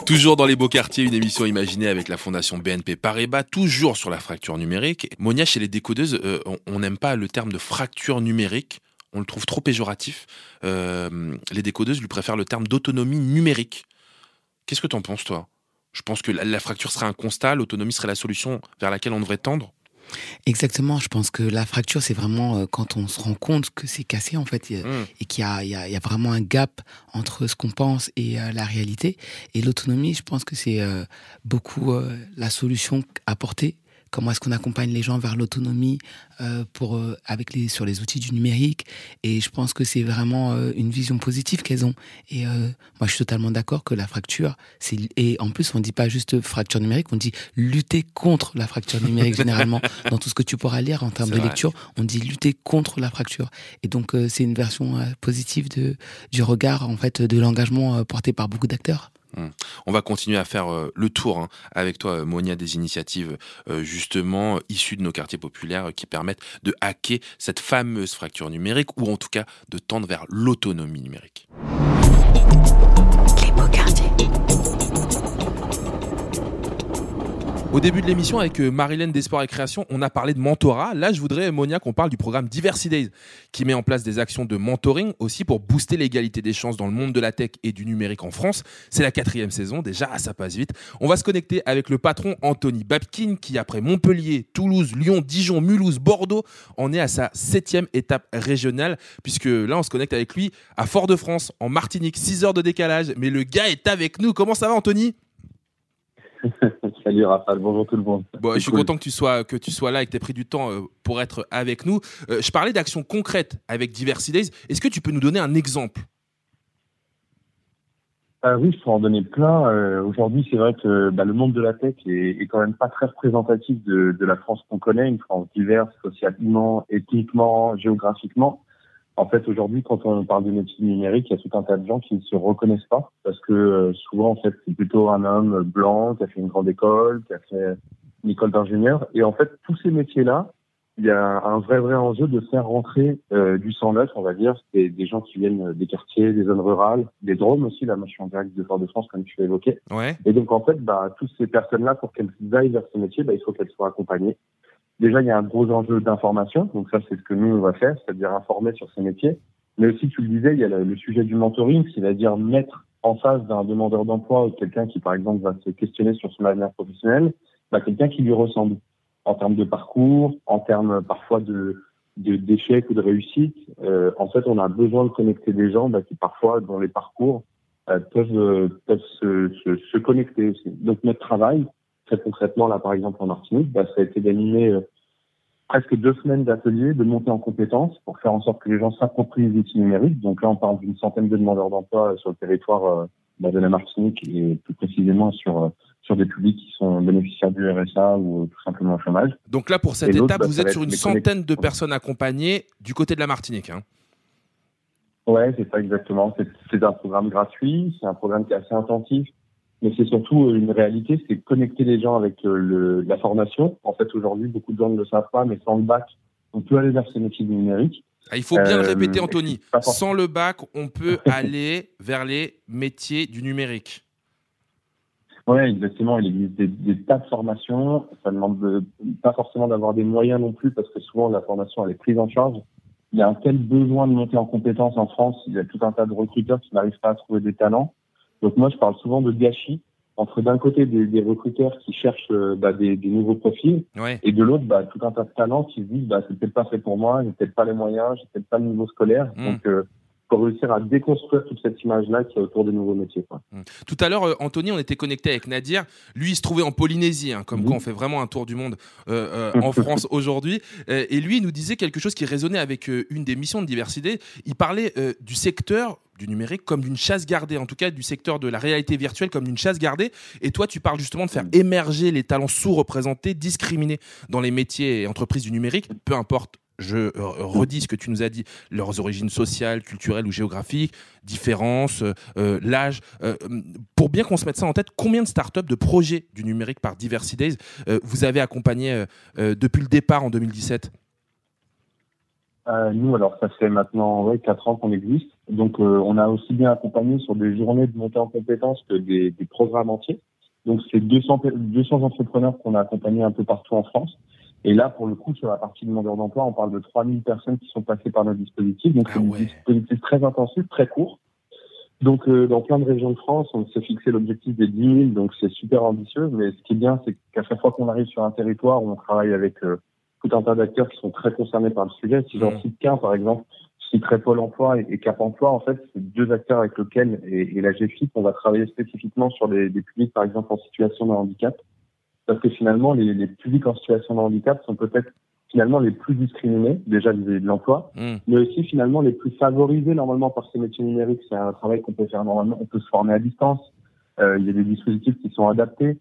S8: Toujours dans les beaux quartiers, une émission imaginée avec la Fondation BNP Paribas, toujours sur la fracture numérique. Monia, chez les décodeuses, on n'aime pas le terme de fracture numérique. On le trouve trop péjoratif. Les décodeuses lui préfèrent le terme d'autonomie numérique. Qu'est-ce que t'en penses, toi ? Je pense que la fracture serait un constat, l'autonomie serait la solution vers laquelle on devrait tendre.
S6: Exactement, je pense que la fracture, c'est vraiment quand on se rend compte que c'est cassé, en fait, et qu'il y a vraiment un gap entre ce qu'on pense et la réalité. Et l'autonomie, je pense que c'est beaucoup la solution apportée. Comment est-ce qu'on accompagne les gens vers l'autonomie sur les outils du numérique. Et je pense que c'est vraiment une vision positive qu'elles ont. Et moi, je suis totalement d'accord que la fracture, et en plus, on ne dit pas juste fracture numérique, on dit lutter contre la fracture numérique généralement. Dans tout ce que tu pourras lire en termes de lecture, on dit lutter contre la fracture. Et donc, c'est une version positive du regard, en fait, de l'engagement porté par beaucoup d'acteurs.
S8: On va continuer à faire le tour avec toi, Monia, des initiatives justement issues de nos quartiers populaires qui permettent de hacker cette fameuse fracture numérique ou en tout cas de tendre vers l'autonomie numérique.
S10: Les beaux quartiers.
S8: Au début de l'émission, avec Marilène d'Espoir et Création, on a parlé de mentorat. Là, je voudrais, Monia, qu'on parle du programme Diversity Days, qui met en place des actions de mentoring aussi pour booster l'égalité des chances dans le monde de la tech et du numérique en France. C'est la 4e saison, déjà, ça passe vite. On va se connecter avec le patron Anthony Babkin, qui après Montpellier, Toulouse, Lyon, Dijon, Mulhouse, Bordeaux, en est à sa 7e étape régionale, puisque là, on se connecte avec lui à Fort-de-France, en Martinique, 6 heures de décalage. Mais le gars est avec nous. Comment ça va, Anthony ?
S13: Salut Raphaël, bonjour tout le monde.
S8: Bon, je suis content que tu sois là et que tu aies pris du temps pour être avec nous. Je parlais d'actions concrètes avec Diversity Days. Est-ce que tu peux nous donner un exemple ?
S13: Oui, je peux en donner plein. Aujourd'hui, c'est vrai que le monde de la tech est quand même pas très représentatif de la France qu'on connaît, une France diverse, socialement, ethniquement, géographiquement. En fait, aujourd'hui, quand on parle de métiers numériques, il y a tout un tas de gens qui ne se reconnaissent pas parce que souvent, en fait, c'est plutôt un homme blanc qui a fait une grande école, qui a fait une école d'ingénieur. Et en fait, tous ces métiers-là, il y a un vrai enjeu de faire rentrer du sang neuf, on va dire. C'est des gens qui viennent des quartiers, des zones rurales, des Drômes aussi. Là, moi, je suis en direct de Fort-de-France, comme tu l'as évoqué.
S8: Ouais.
S13: Et donc, en fait, toutes ces personnes-là, pour qu'elles aillent vers ce métier, il faut qu'elles soient accompagnées. Déjà, il y a un gros enjeu d'information. Donc ça, c'est ce que nous, on va faire, c'est-à-dire informer sur ces métiers. Mais aussi, tu le disais, il y a le sujet du mentoring, c'est-à-dire mettre en face d'un demandeur d'emploi ou quelqu'un qui, par exemple, va se questionner sur son avenir professionnel, quelqu'un qui lui ressemble en termes de parcours, en termes parfois d'échecs ou de réussite. En fait, on a besoin de connecter des gens qui, parfois, dans les parcours, peuvent se connecter aussi. Donc, notre travail, très concrètement, là, par exemple, en Martinique, ça a été d'animer presque 2 semaines d'ateliers, de montée en compétences pour faire en sorte que les gens s'approprient les outils numériques. Donc là, on parle d'une centaine de demandeurs d'emploi sur le territoire de la Martinique et plus précisément sur des publics qui sont bénéficiaires du RSA ou tout simplement au chômage.
S8: Donc là, pour cette étape, vous êtes sur une centaine de personnes accompagnées du côté de la Martinique.
S13: Ouais, c'est ça exactement. C'est un programme gratuit, c'est un programme qui est assez intensif. Mais c'est surtout une réalité, c'est connecter les gens avec la formation. En fait, aujourd'hui, beaucoup de gens ne le savent pas, mais sans le bac, on peut aller vers ces métiers du numérique.
S8: Il faut bien le répéter, Anthony. Sans le bac, on peut aller vers les métiers du numérique.
S13: Oui, exactement. Il existe des tas de formations. Ça ne demande pas forcément d'avoir des moyens non plus, parce que souvent, la formation, elle est prise en charge. Il y a un tel besoin de monter en compétences en France. Il y a tout un tas de recruteurs qui n'arrivent pas à trouver des talents. Donc moi, je parle souvent de gâchis entre d'un côté des recruteurs qui cherchent des nouveaux profils et de l'autre tout un tas de talents qui se disent c'est peut-être pas fait pour moi, j'ai peut-être pas les moyens, j'ai peut-être pas le niveau scolaire. Donc pour réussir à déconstruire toute cette image-là qui est autour des nouveaux métiers.
S8: Tout à l'heure, Anthony, on était connecté avec Nadir. Lui, il se trouvait en Polynésie, comme quoi on fait vraiment un tour du monde en France aujourd'hui. Et lui, il nous disait quelque chose qui résonnait avec une des missions de Diversité. Il parlait du secteur du numérique comme d'une chasse gardée, en tout cas du secteur de la réalité virtuelle comme d'une chasse gardée. Et toi, tu parles justement de faire émerger les talents sous-représentés, discriminés dans les métiers et entreprises du numérique, peu importe. Je redis ce que tu nous as dit, leurs origines sociales, culturelles ou géographiques, différences, l'âge. Pour bien qu'on se mette ça en tête, combien de startups, de projets du numérique par Diversity Days vous avez accompagné depuis le départ en 2017 ?
S13: Nous, alors ça fait maintenant 4 ans qu'on existe. Donc on a aussi bien accompagné sur des journées de montée en compétences que des programmes entiers. Donc c'est 200 entrepreneurs qu'on a accompagnés un peu partout en France. Et là, pour le coup, sur la partie demandeurs d'emploi, on parle de 3000 personnes qui sont passées par notre dispositif. Donc c'est des dispositifs très intensifs, très courts. Donc dans plein de régions de France, on s'est fixé l'objectif des 10 000, donc c'est super ambitieux. Mais ce qui est bien, c'est qu'à chaque fois qu'on arrive sur un territoire, on travaille avec tout un tas d'acteurs qui sont très concernés par le sujet. Si j'en cite qu'un, par exemple, je citerai Pôle emploi et Cap emploi. En fait, c'est 2 acteurs avec lesquels, et la GFIP, on va travailler spécifiquement sur des publics, par exemple, en situation de handicap. Parce que finalement, les publics en situation de handicap sont peut-être finalement les plus discriminés, déjà vis-à-vis de l'emploi, mais aussi finalement les plus favorisés normalement par ces métiers numériques. C'est un travail qu'on peut faire normalement. On peut se former à distance. Il y a des dispositifs qui sont adaptés.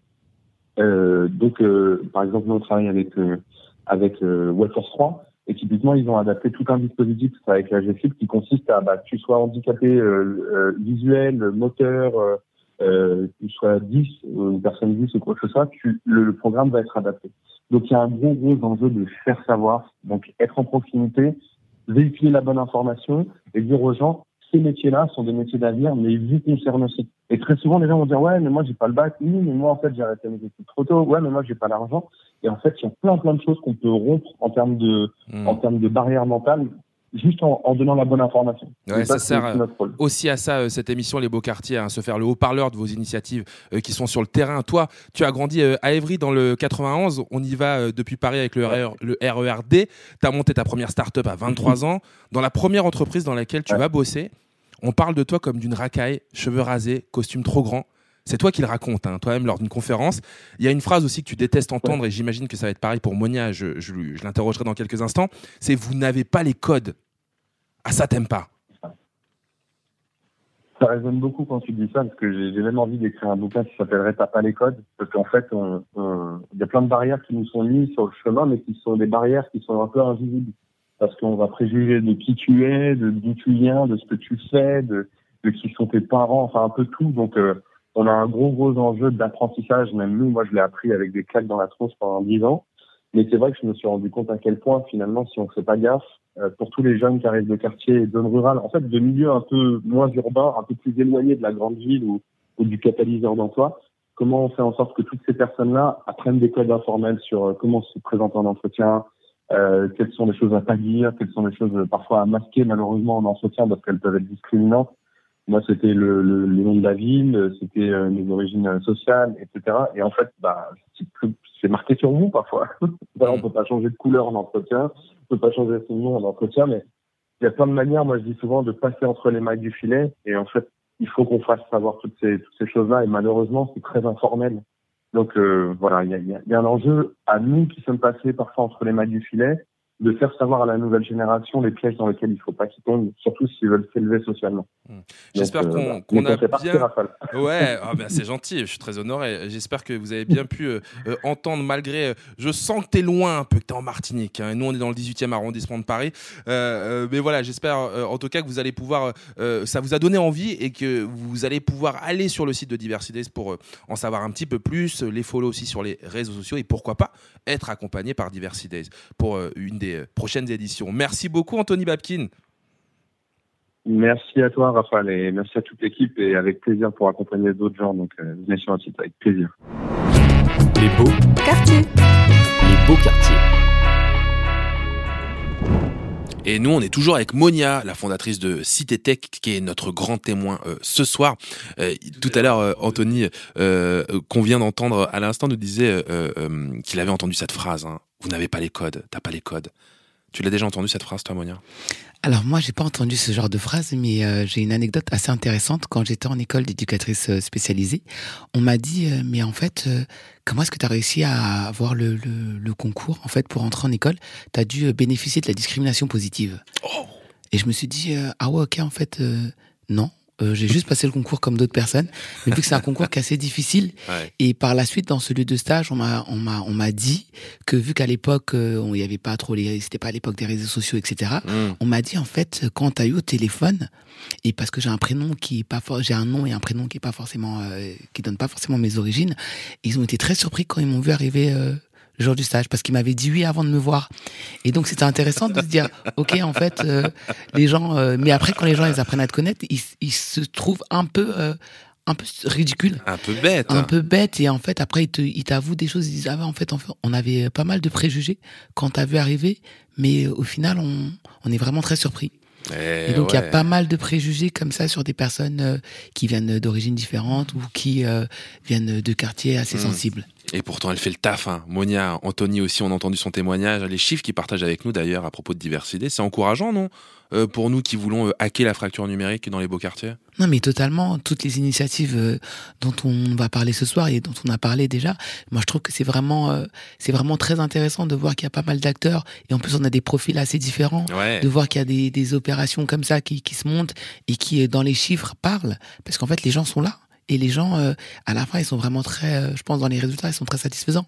S13: Donc, par exemple, nous on travaille avec Webforce 3 et typiquement ils ont adapté tout un dispositif avec la GFIP qui consiste à que tu sois handicapé visuel, moteur, tu sois 10 ou une personne 10 ou quoi que ce soit, le programme va être adapté. Donc il y a un gros enjeu de faire savoir, donc être en proximité, véhiculer la bonne information et dire aux gens ces métiers-là sont des métiers d'avenir, mais ils vous concernent aussi. Et très souvent, les gens vont dire ouais, mais moi j'ai pas le bac, oui, mais moi en fait j'ai arrêté mes études trop tôt, ouais, mais moi j'ai pas l'argent. Et en fait, il y a plein de choses qu'on peut rompre en termes de barrières mentales, juste en donnant la bonne information.
S8: Ouais, ça sert aussi à ça, cette émission Les Beaux Quartiers, se faire le haut-parleur de vos initiatives qui sont sur le terrain. Toi, tu as grandi à Évry dans le 91. On y va depuis Paris avec le RERD. Tu as monté ta première start-up à 23 ans. Dans la première entreprise dans laquelle tu vas bosser, on parle de toi comme d'une racaille, cheveux rasés, costume trop grand. C'est toi qui le racontes, toi-même, lors d'une conférence. Il y a une phrase aussi que tu détestes entendre, et j'imagine que ça va être pareil pour Monia, je l'interrogerai dans quelques instants, c'est « vous n'avez pas les codes ». Ah, ça, t'aimes pas?
S13: Ça résonne beaucoup quand tu dis ça, parce que j'ai même envie d'écrire un bouquin qui s'appellerait « T'as pas les codes », parce qu'en fait, il y a plein de barrières qui nous sont mises sur le chemin, mais qui sont des barrières qui sont un peu invisibles. Parce qu'on va préjuger de qui tu es, d'où tu viens, de ce que tu fais, de qui sont tes parents, enfin un peu tout. Donc, on a un gros enjeu d'apprentissage. Même nous, moi, je l'ai appris avec des claques dans la tronche pendant 10 ans. Mais c'est vrai que je me suis rendu compte à quel point, finalement, si on ne fait pas gaffe, pour tous les jeunes qui arrivent de quartier et de zones rurales, en fait, de milieux un peu moins urbains, un peu plus éloignés de la grande ville ou du catalyseur d'emploi, comment on fait en sorte que toutes ces personnes-là apprennent des codes informels sur comment se présenter en entretien, quelles sont les choses à pas dire, quelles sont les choses parfois à masquer malheureusement en entretien parce qu'elles peuvent être discriminantes. Moi, c'était le nom de la ville, c'était mes origines sociales, etc. Et en fait, c'est marqué sur nous parfois. Voilà, on peut pas changer de couleur en entretien, on peut pas changer son nom en entretien, mais il y a plein de manières, moi je dis souvent, de passer entre les mailles du filet. Et en fait, il faut qu'on fasse savoir toutes ces choses-là. Et malheureusement, c'est très informel. Donc voilà, il y a un enjeu à nous qui sommes passés parfois entre les mailles du filet, de faire savoir à la nouvelle génération les pièges dans lesquels il ne faut pas qu'ils tombent, surtout s'ils veulent s'élever socialement.
S8: J'espère
S13: Donc,
S8: qu'on a
S13: parti,
S8: bien...
S13: Raphaël.
S8: Ouais, c'est gentil, je suis très honoré. J'espère que vous avez bien pu entendre, malgré... je sens que tu es loin un peu, que tu es en Martinique. Nous, on est dans le 18e arrondissement de Paris. Mais voilà, j'espère en tout cas que vous allez pouvoir... ça vous a donné envie et que vous allez pouvoir aller sur le site de Diversidays pour en savoir un petit peu plus, les follow aussi sur les réseaux sociaux et pourquoi pas être accompagné par Diversidays pour une des prochaines éditions. Merci beaucoup, Anthony Babkin.
S13: Merci à toi, Raphaël, et merci à toute l'équipe, et avec plaisir pour accompagner d'autres gens. Donc, venez sur un site avec plaisir.
S5: Les beaux
S10: quartiers.
S2: Les beaux quartiers.
S8: Et nous, on est toujours avec Monia, la fondatrice de Cité Tech, qui est notre grand témoin ce soir. Tout à l'heure, Anthony, qu'on vient d'entendre à l'instant, nous disait qu'il avait entendu cette phrase. Vous n'avez pas les codes, t'as pas les codes. Tu l'as déjà entendu cette phrase, toi, Monia?
S6: Alors moi, j'ai pas entendu ce genre de phrase, mais j'ai une anecdote assez intéressante. Quand j'étais en école d'éducatrice spécialisée, on m'a dit mais en fait, comment est-ce que tu as réussi à avoir le concours en fait pour entrer en école? Tu as dû bénéficier de la discrimination positive.
S8: Oh.
S6: Et je me suis dit ah ouais, OK, en fait non. J'ai juste passé le concours comme d'autres personnes, mais vu que c'est un concours qui est assez difficile, ouais. Et par la suite dans ce lieu de stage, on m'a dit que vu qu'à l'époque il y avait pas trop c'était pas à l'époque des réseaux sociaux, etc. On m'a dit en fait quand t'as eu au téléphone, et parce que j'ai un prénom qui est pas j'ai un nom et un prénom qui est pas forcément qui donne pas forcément mes origines, ils ont été très surpris quand ils m'ont vu arriver le jour du stage, parce qu'ils m'avaient dit oui avant de me voir. Et donc c'était intéressant de se dire, ok, en fait, les gens, mais après quand les gens ils apprennent à te connaître, ils se trouvent un peu ridicule,
S8: un peu bête,
S6: et en fait après ils t'avouent des choses, ils disent en fait on avait pas mal de préjugés quand t'as vu arriver, mais au final on est vraiment très surpris. Et donc il y a pas mal de préjugés comme ça sur des personnes qui viennent d'origines différentes ou qui viennent de quartiers assez sensibles.
S8: Et pourtant, elle fait le taf, hein. Monia, Anthony aussi, on a entendu son témoignage. Les chiffres qu'il partage avec nous, d'ailleurs, à propos de diversité, c'est encourageant, non ? Pour nous qui voulons hacker la fracture numérique dans les beaux quartiers ?
S6: Non, mais totalement. Toutes les initiatives dont on va parler ce soir et dont on a parlé déjà, moi, je trouve que c'est vraiment très intéressant de voir qu'il y a pas mal d'acteurs. Et en plus, on a des profils assez différents.
S8: Ouais.
S6: De voir qu'il y a des opérations comme ça qui se montent et qui, dans les chiffres, parlent. Parce qu'en fait, les gens sont là. Et les gens, à la fin, ils sont vraiment très, je pense, dans les résultats, ils sont très satisfaisants.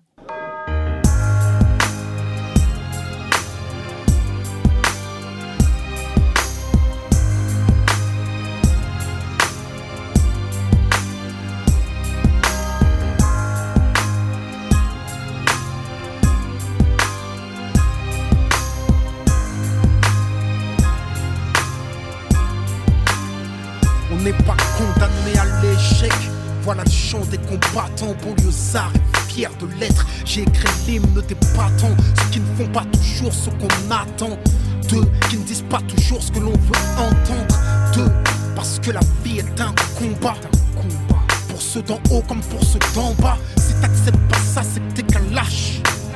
S14: On n'est pas condamné à l'échec. Voilà le chant des combattants, banlieusards et fiers de l'être. J'ai écrit l'hymne des battants, ceux qui ne font pas toujours ce qu'on attend. D'eux qui ne disent pas toujours ce que l'on veut entendre. D'eux, parce que la vie est un combat. Pour ceux d'en haut comme pour ceux d'en bas. Si t'acceptes pas ça, c'est que t'es qu'un lâche.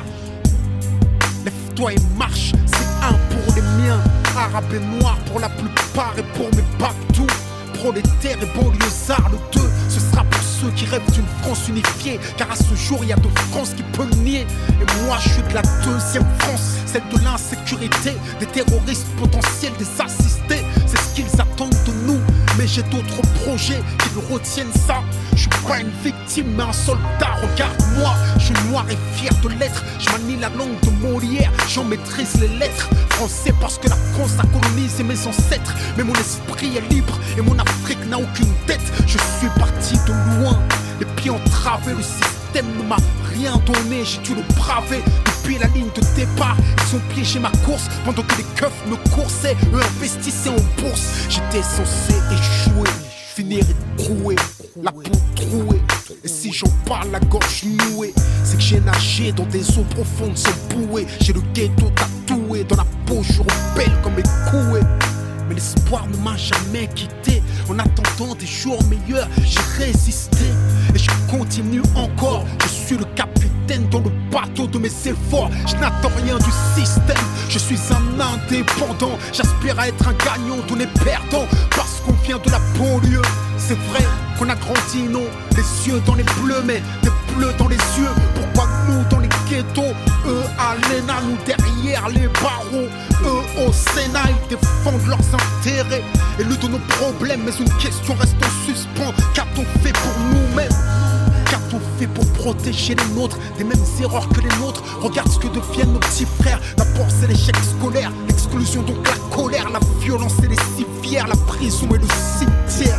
S14: Lève-toi et marche, c'est un pour les miens. Arabes et noirs pour la plupart et pour mes babdous. Prolétaires et banlieusards, le 2, ce sera pour ceux qui rêvent d'une France unifiée. Car à ce jour, il y a deux France qui peuvent le nier. Et moi, je suis de la deuxième France, celle de l'insécurité, des terroristes potentiels, des assistés. C'est ce qu'ils attendent de nous. Mais j'ai d'autres projets qui me retiennent ça. Je suis pas une victime, mais un soldat, regarde-moi. Je suis noir et fier de l'être. Je manie la langue de Molière, j'en maîtrise les lettres. Français parce que la France a colonisé mes ancêtres. Mais mon esprit est libre et mon Afrique n'a aucune dette. Je suis parti de loin, les pieds entravés. Le système ne m'a rien donné, j'ai dû le braver. Depuis la ligne de départ, ils ont piégé ma course. Pendant que les keufs me coursaient, eux investissaient en bourse. J'étais censé échouer, finir écroué, la peau trouée. Et si j'en parle la gorge nouée, c'est que j'ai nagé dans des eaux profondes sans bouée. J'ai le ghetto tatoué dans la peau, je rebelle comme mes couées. Mais l'espoir ne m'a jamais quitté. En attendant des jours meilleurs, j'ai résisté. Et je continue encore. Je suis le capitaine dans le bateau de mes efforts. Je n'attends rien du système. Je suis un indépendant. J'aspire à être un gagnant, tout n'est perdant. Parce qu'on vient de la banlieue. C'est vrai qu'on a grandi, non, les yeux dans les bleus, mais des bleus dans les yeux. Pourquoi nous dans les ghettos, eux à l'ENA, nous derrière les barreaux. Eux au Sénat, ils défendent leurs intérêts et le de nos problèmes. Mais une question reste en suspens. Qu'a-t-on fait pour nous-mêmes? Qu'a-t-on fait pour protéger les nôtres des mêmes erreurs que les nôtres? Regarde ce que deviennent nos petits frères. D'abord c'est l'échec scolaire, l'exclusion donc la colère, la violence et les civières, la prison et le cimetière.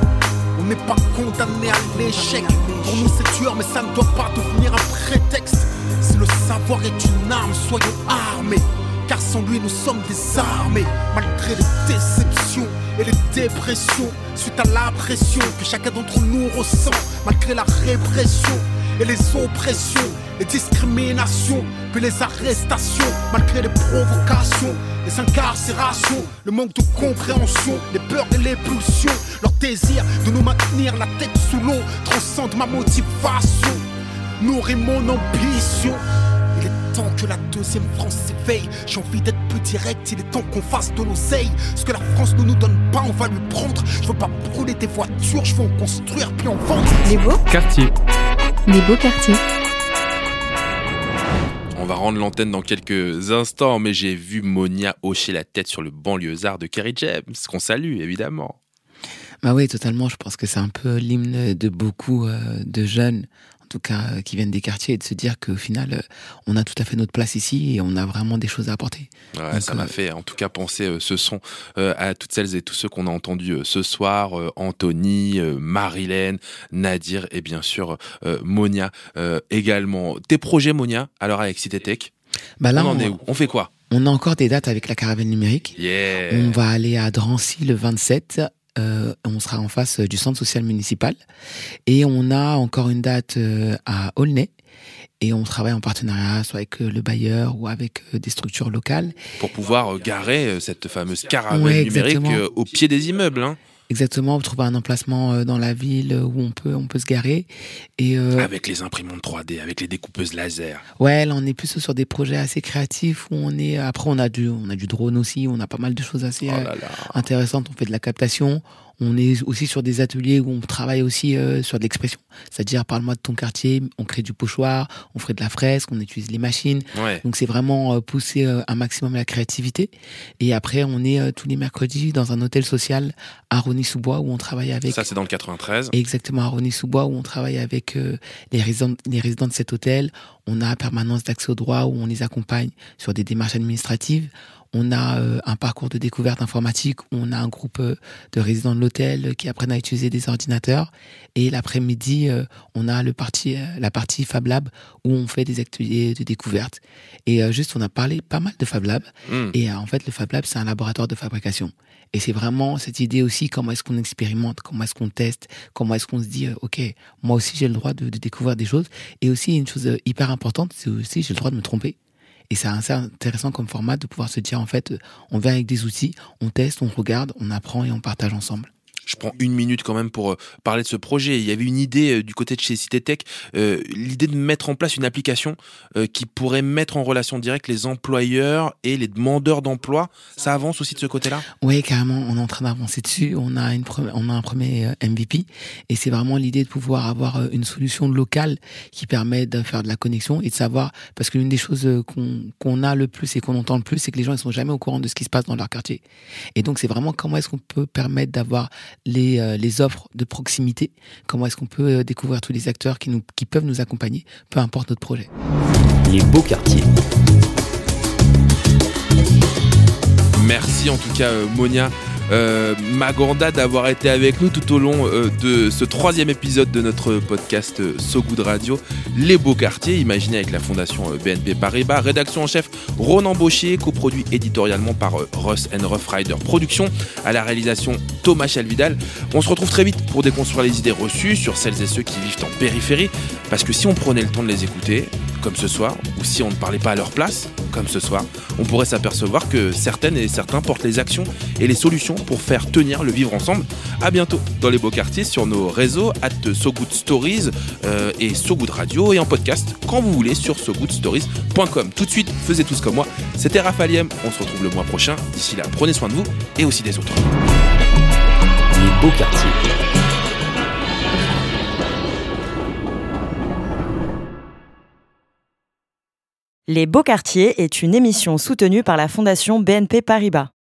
S14: On n'est pas condamné à l'échec. Pour nous c'est dur mais ça ne doit pas devenir un prétexte. Si le savoir est une arme, soyons armés. Car sans lui nous sommes désarmés. Malgré les déceptions et les dépressions, suite à la pression que chacun d'entre nous ressent. Malgré la répression et les oppressions, les discriminations, puis les arrestations. Malgré les provocations, les incarcérations, le manque de compréhension, les peurs et les pulsions. Leur désir de nous maintenir la tête sous l'eau transcende ma motivation, nourrit mon ambition. Il est temps que la deuxième France s'éveille. J'ai envie d'être plus direct, il est temps qu'on fasse de l'oseille. Ce que la France ne nous donne pas, on va lui prendre. Je veux pas brûler des voitures, je veux en construire puis en vendre.
S10: Les beaux
S5: quartiers.
S10: Les beaux quartiers.
S8: On va rendre l'antenne dans quelques instants, mais j'ai vu Monia hocher la tête sur le banlieusard de Kerry James, qu'on salue évidemment.
S6: Bah oui, totalement. Je pense que c'est un peu l'hymne de beaucoup de jeunes, en tout cas qui viennent des quartiers, et de se dire qu'au final, on a tout à fait notre place ici et on a vraiment des choses à apporter.
S8: Ouais,
S6: donc,
S8: ça m'a fait en tout cas penser ce son à toutes celles et tous ceux qu'on a entendus ce soir, Anthony, Marilène, Nadir et bien sûr Monia également. Tes projets Monia, alors avec Cité Tech,
S6: bah là,
S8: on en est où? On fait quoi?
S6: On a encore des dates avec la caravane numérique.
S8: Yeah.
S6: On va aller à Drancy le 27. On sera en face du centre social municipal. Et on a encore une date à Aulnay. Et on travaille en partenariat soit avec le bailleur ou avec des structures locales.
S8: Pour pouvoir garer cette fameuse caravane
S6: numérique
S8: au pied des immeubles. Hein.
S6: Exactement, trouver un emplacement dans la ville où on peut se garer. Et
S8: avec les imprimantes 3D, avec les découpeuses laser.
S6: Ouais, là on est plus sur des projets assez créatifs où on est. Après on a du drone aussi, on a pas mal de choses assez intéressantes. On fait de la captation. On est aussi sur des ateliers où on travaille aussi sur de l'expression. C'est-à-dire, parle-moi de ton quartier, on crée du pochoir, on fait de la fresque, on utilise les machines.
S8: Ouais.
S6: Donc, c'est vraiment pousser un maximum la créativité. Et après, on est tous les mercredis dans un hôtel social à Rosny-sous-Bois où on travaille avec...
S8: Ça, c'est dans le 93.
S6: Exactement, à Rosny-sous-Bois où on travaille avec les résidents de cet hôtel. On a permanence d'accès au droit où on les accompagne sur des démarches administratives. On a un parcours de découverte informatique où on a un groupe de résidents de l'hôtel qui apprennent à utiliser des ordinateurs. Et l'après-midi, on a la partie Fab Lab où on fait des ateliers de découverte. Et on a parlé pas mal de Fab Lab. Et en fait, le Fab Lab, c'est un laboratoire de fabrication. Et c'est vraiment cette idée aussi, comment est-ce qu'on expérimente, comment est-ce qu'on teste, comment est-ce qu'on se dit, OK, moi aussi j'ai le droit de découvrir des choses. Et aussi, une chose hyper importante, c'est aussi j'ai le droit de me tromper. Et c'est assez intéressant comme format de pouvoir se dire, en fait, on vient avec des outils, on teste, on regarde, on apprend et on partage ensemble.
S8: Je prends une minute quand même pour parler de ce projet. Il y avait une idée du côté de chez CitéTech, l'idée de mettre en place une application qui pourrait mettre en relation directe les employeurs et les demandeurs d'emploi. Ça avance aussi de ce côté-là ?
S6: Oui, carrément. On est en train d'avancer dessus. On a un premier MVP et c'est vraiment l'idée de pouvoir avoir une solution locale qui permet de faire de la connexion et de savoir, parce que l'une des choses qu'on a le plus et qu'on entend le plus, c'est que les gens ils sont jamais au courant de ce qui se passe dans leur quartier. Et donc c'est vraiment comment est-ce qu'on peut permettre d'avoir les offres de proximité, comment est-ce qu'on peut découvrir tous les acteurs qui peuvent nous accompagner, peu importe notre projet.
S2: Les beaux quartiers.
S8: Merci en tout cas Monia Maganda d'avoir été avec nous tout au long de ce 3e épisode de notre podcast So Good Radio, Les Beaux Quartiers, imaginé avec la fondation BNP Paribas, rédaction en chef Ronan Bauchier, coproduit éditorialement par Russ & Rough Rider Productions, à la réalisation Thomas Chalvidal. On se retrouve très vite pour déconstruire les idées reçues sur celles et ceux qui vivent en périphérie, parce que si on prenait le temps de les écouter, comme ce soir, ou si on ne parlait pas à leur place, comme ce soir, on pourrait s'apercevoir que certaines et certains portent les actions et les solutions pour faire tenir le vivre ensemble. À bientôt dans les beaux quartiers sur nos réseaux @SoGoodStories et So Good Radio et en podcast quand vous voulez sur sogoodstories.com. Tout de suite, faisez tous comme moi. C'était Raphaël. On se retrouve le mois prochain. D'ici là, prenez soin de vous et aussi des autres.
S2: Les beaux quartiers.
S1: Les Beaux Quartiers est une émission soutenue par la Fondation BNP Paribas.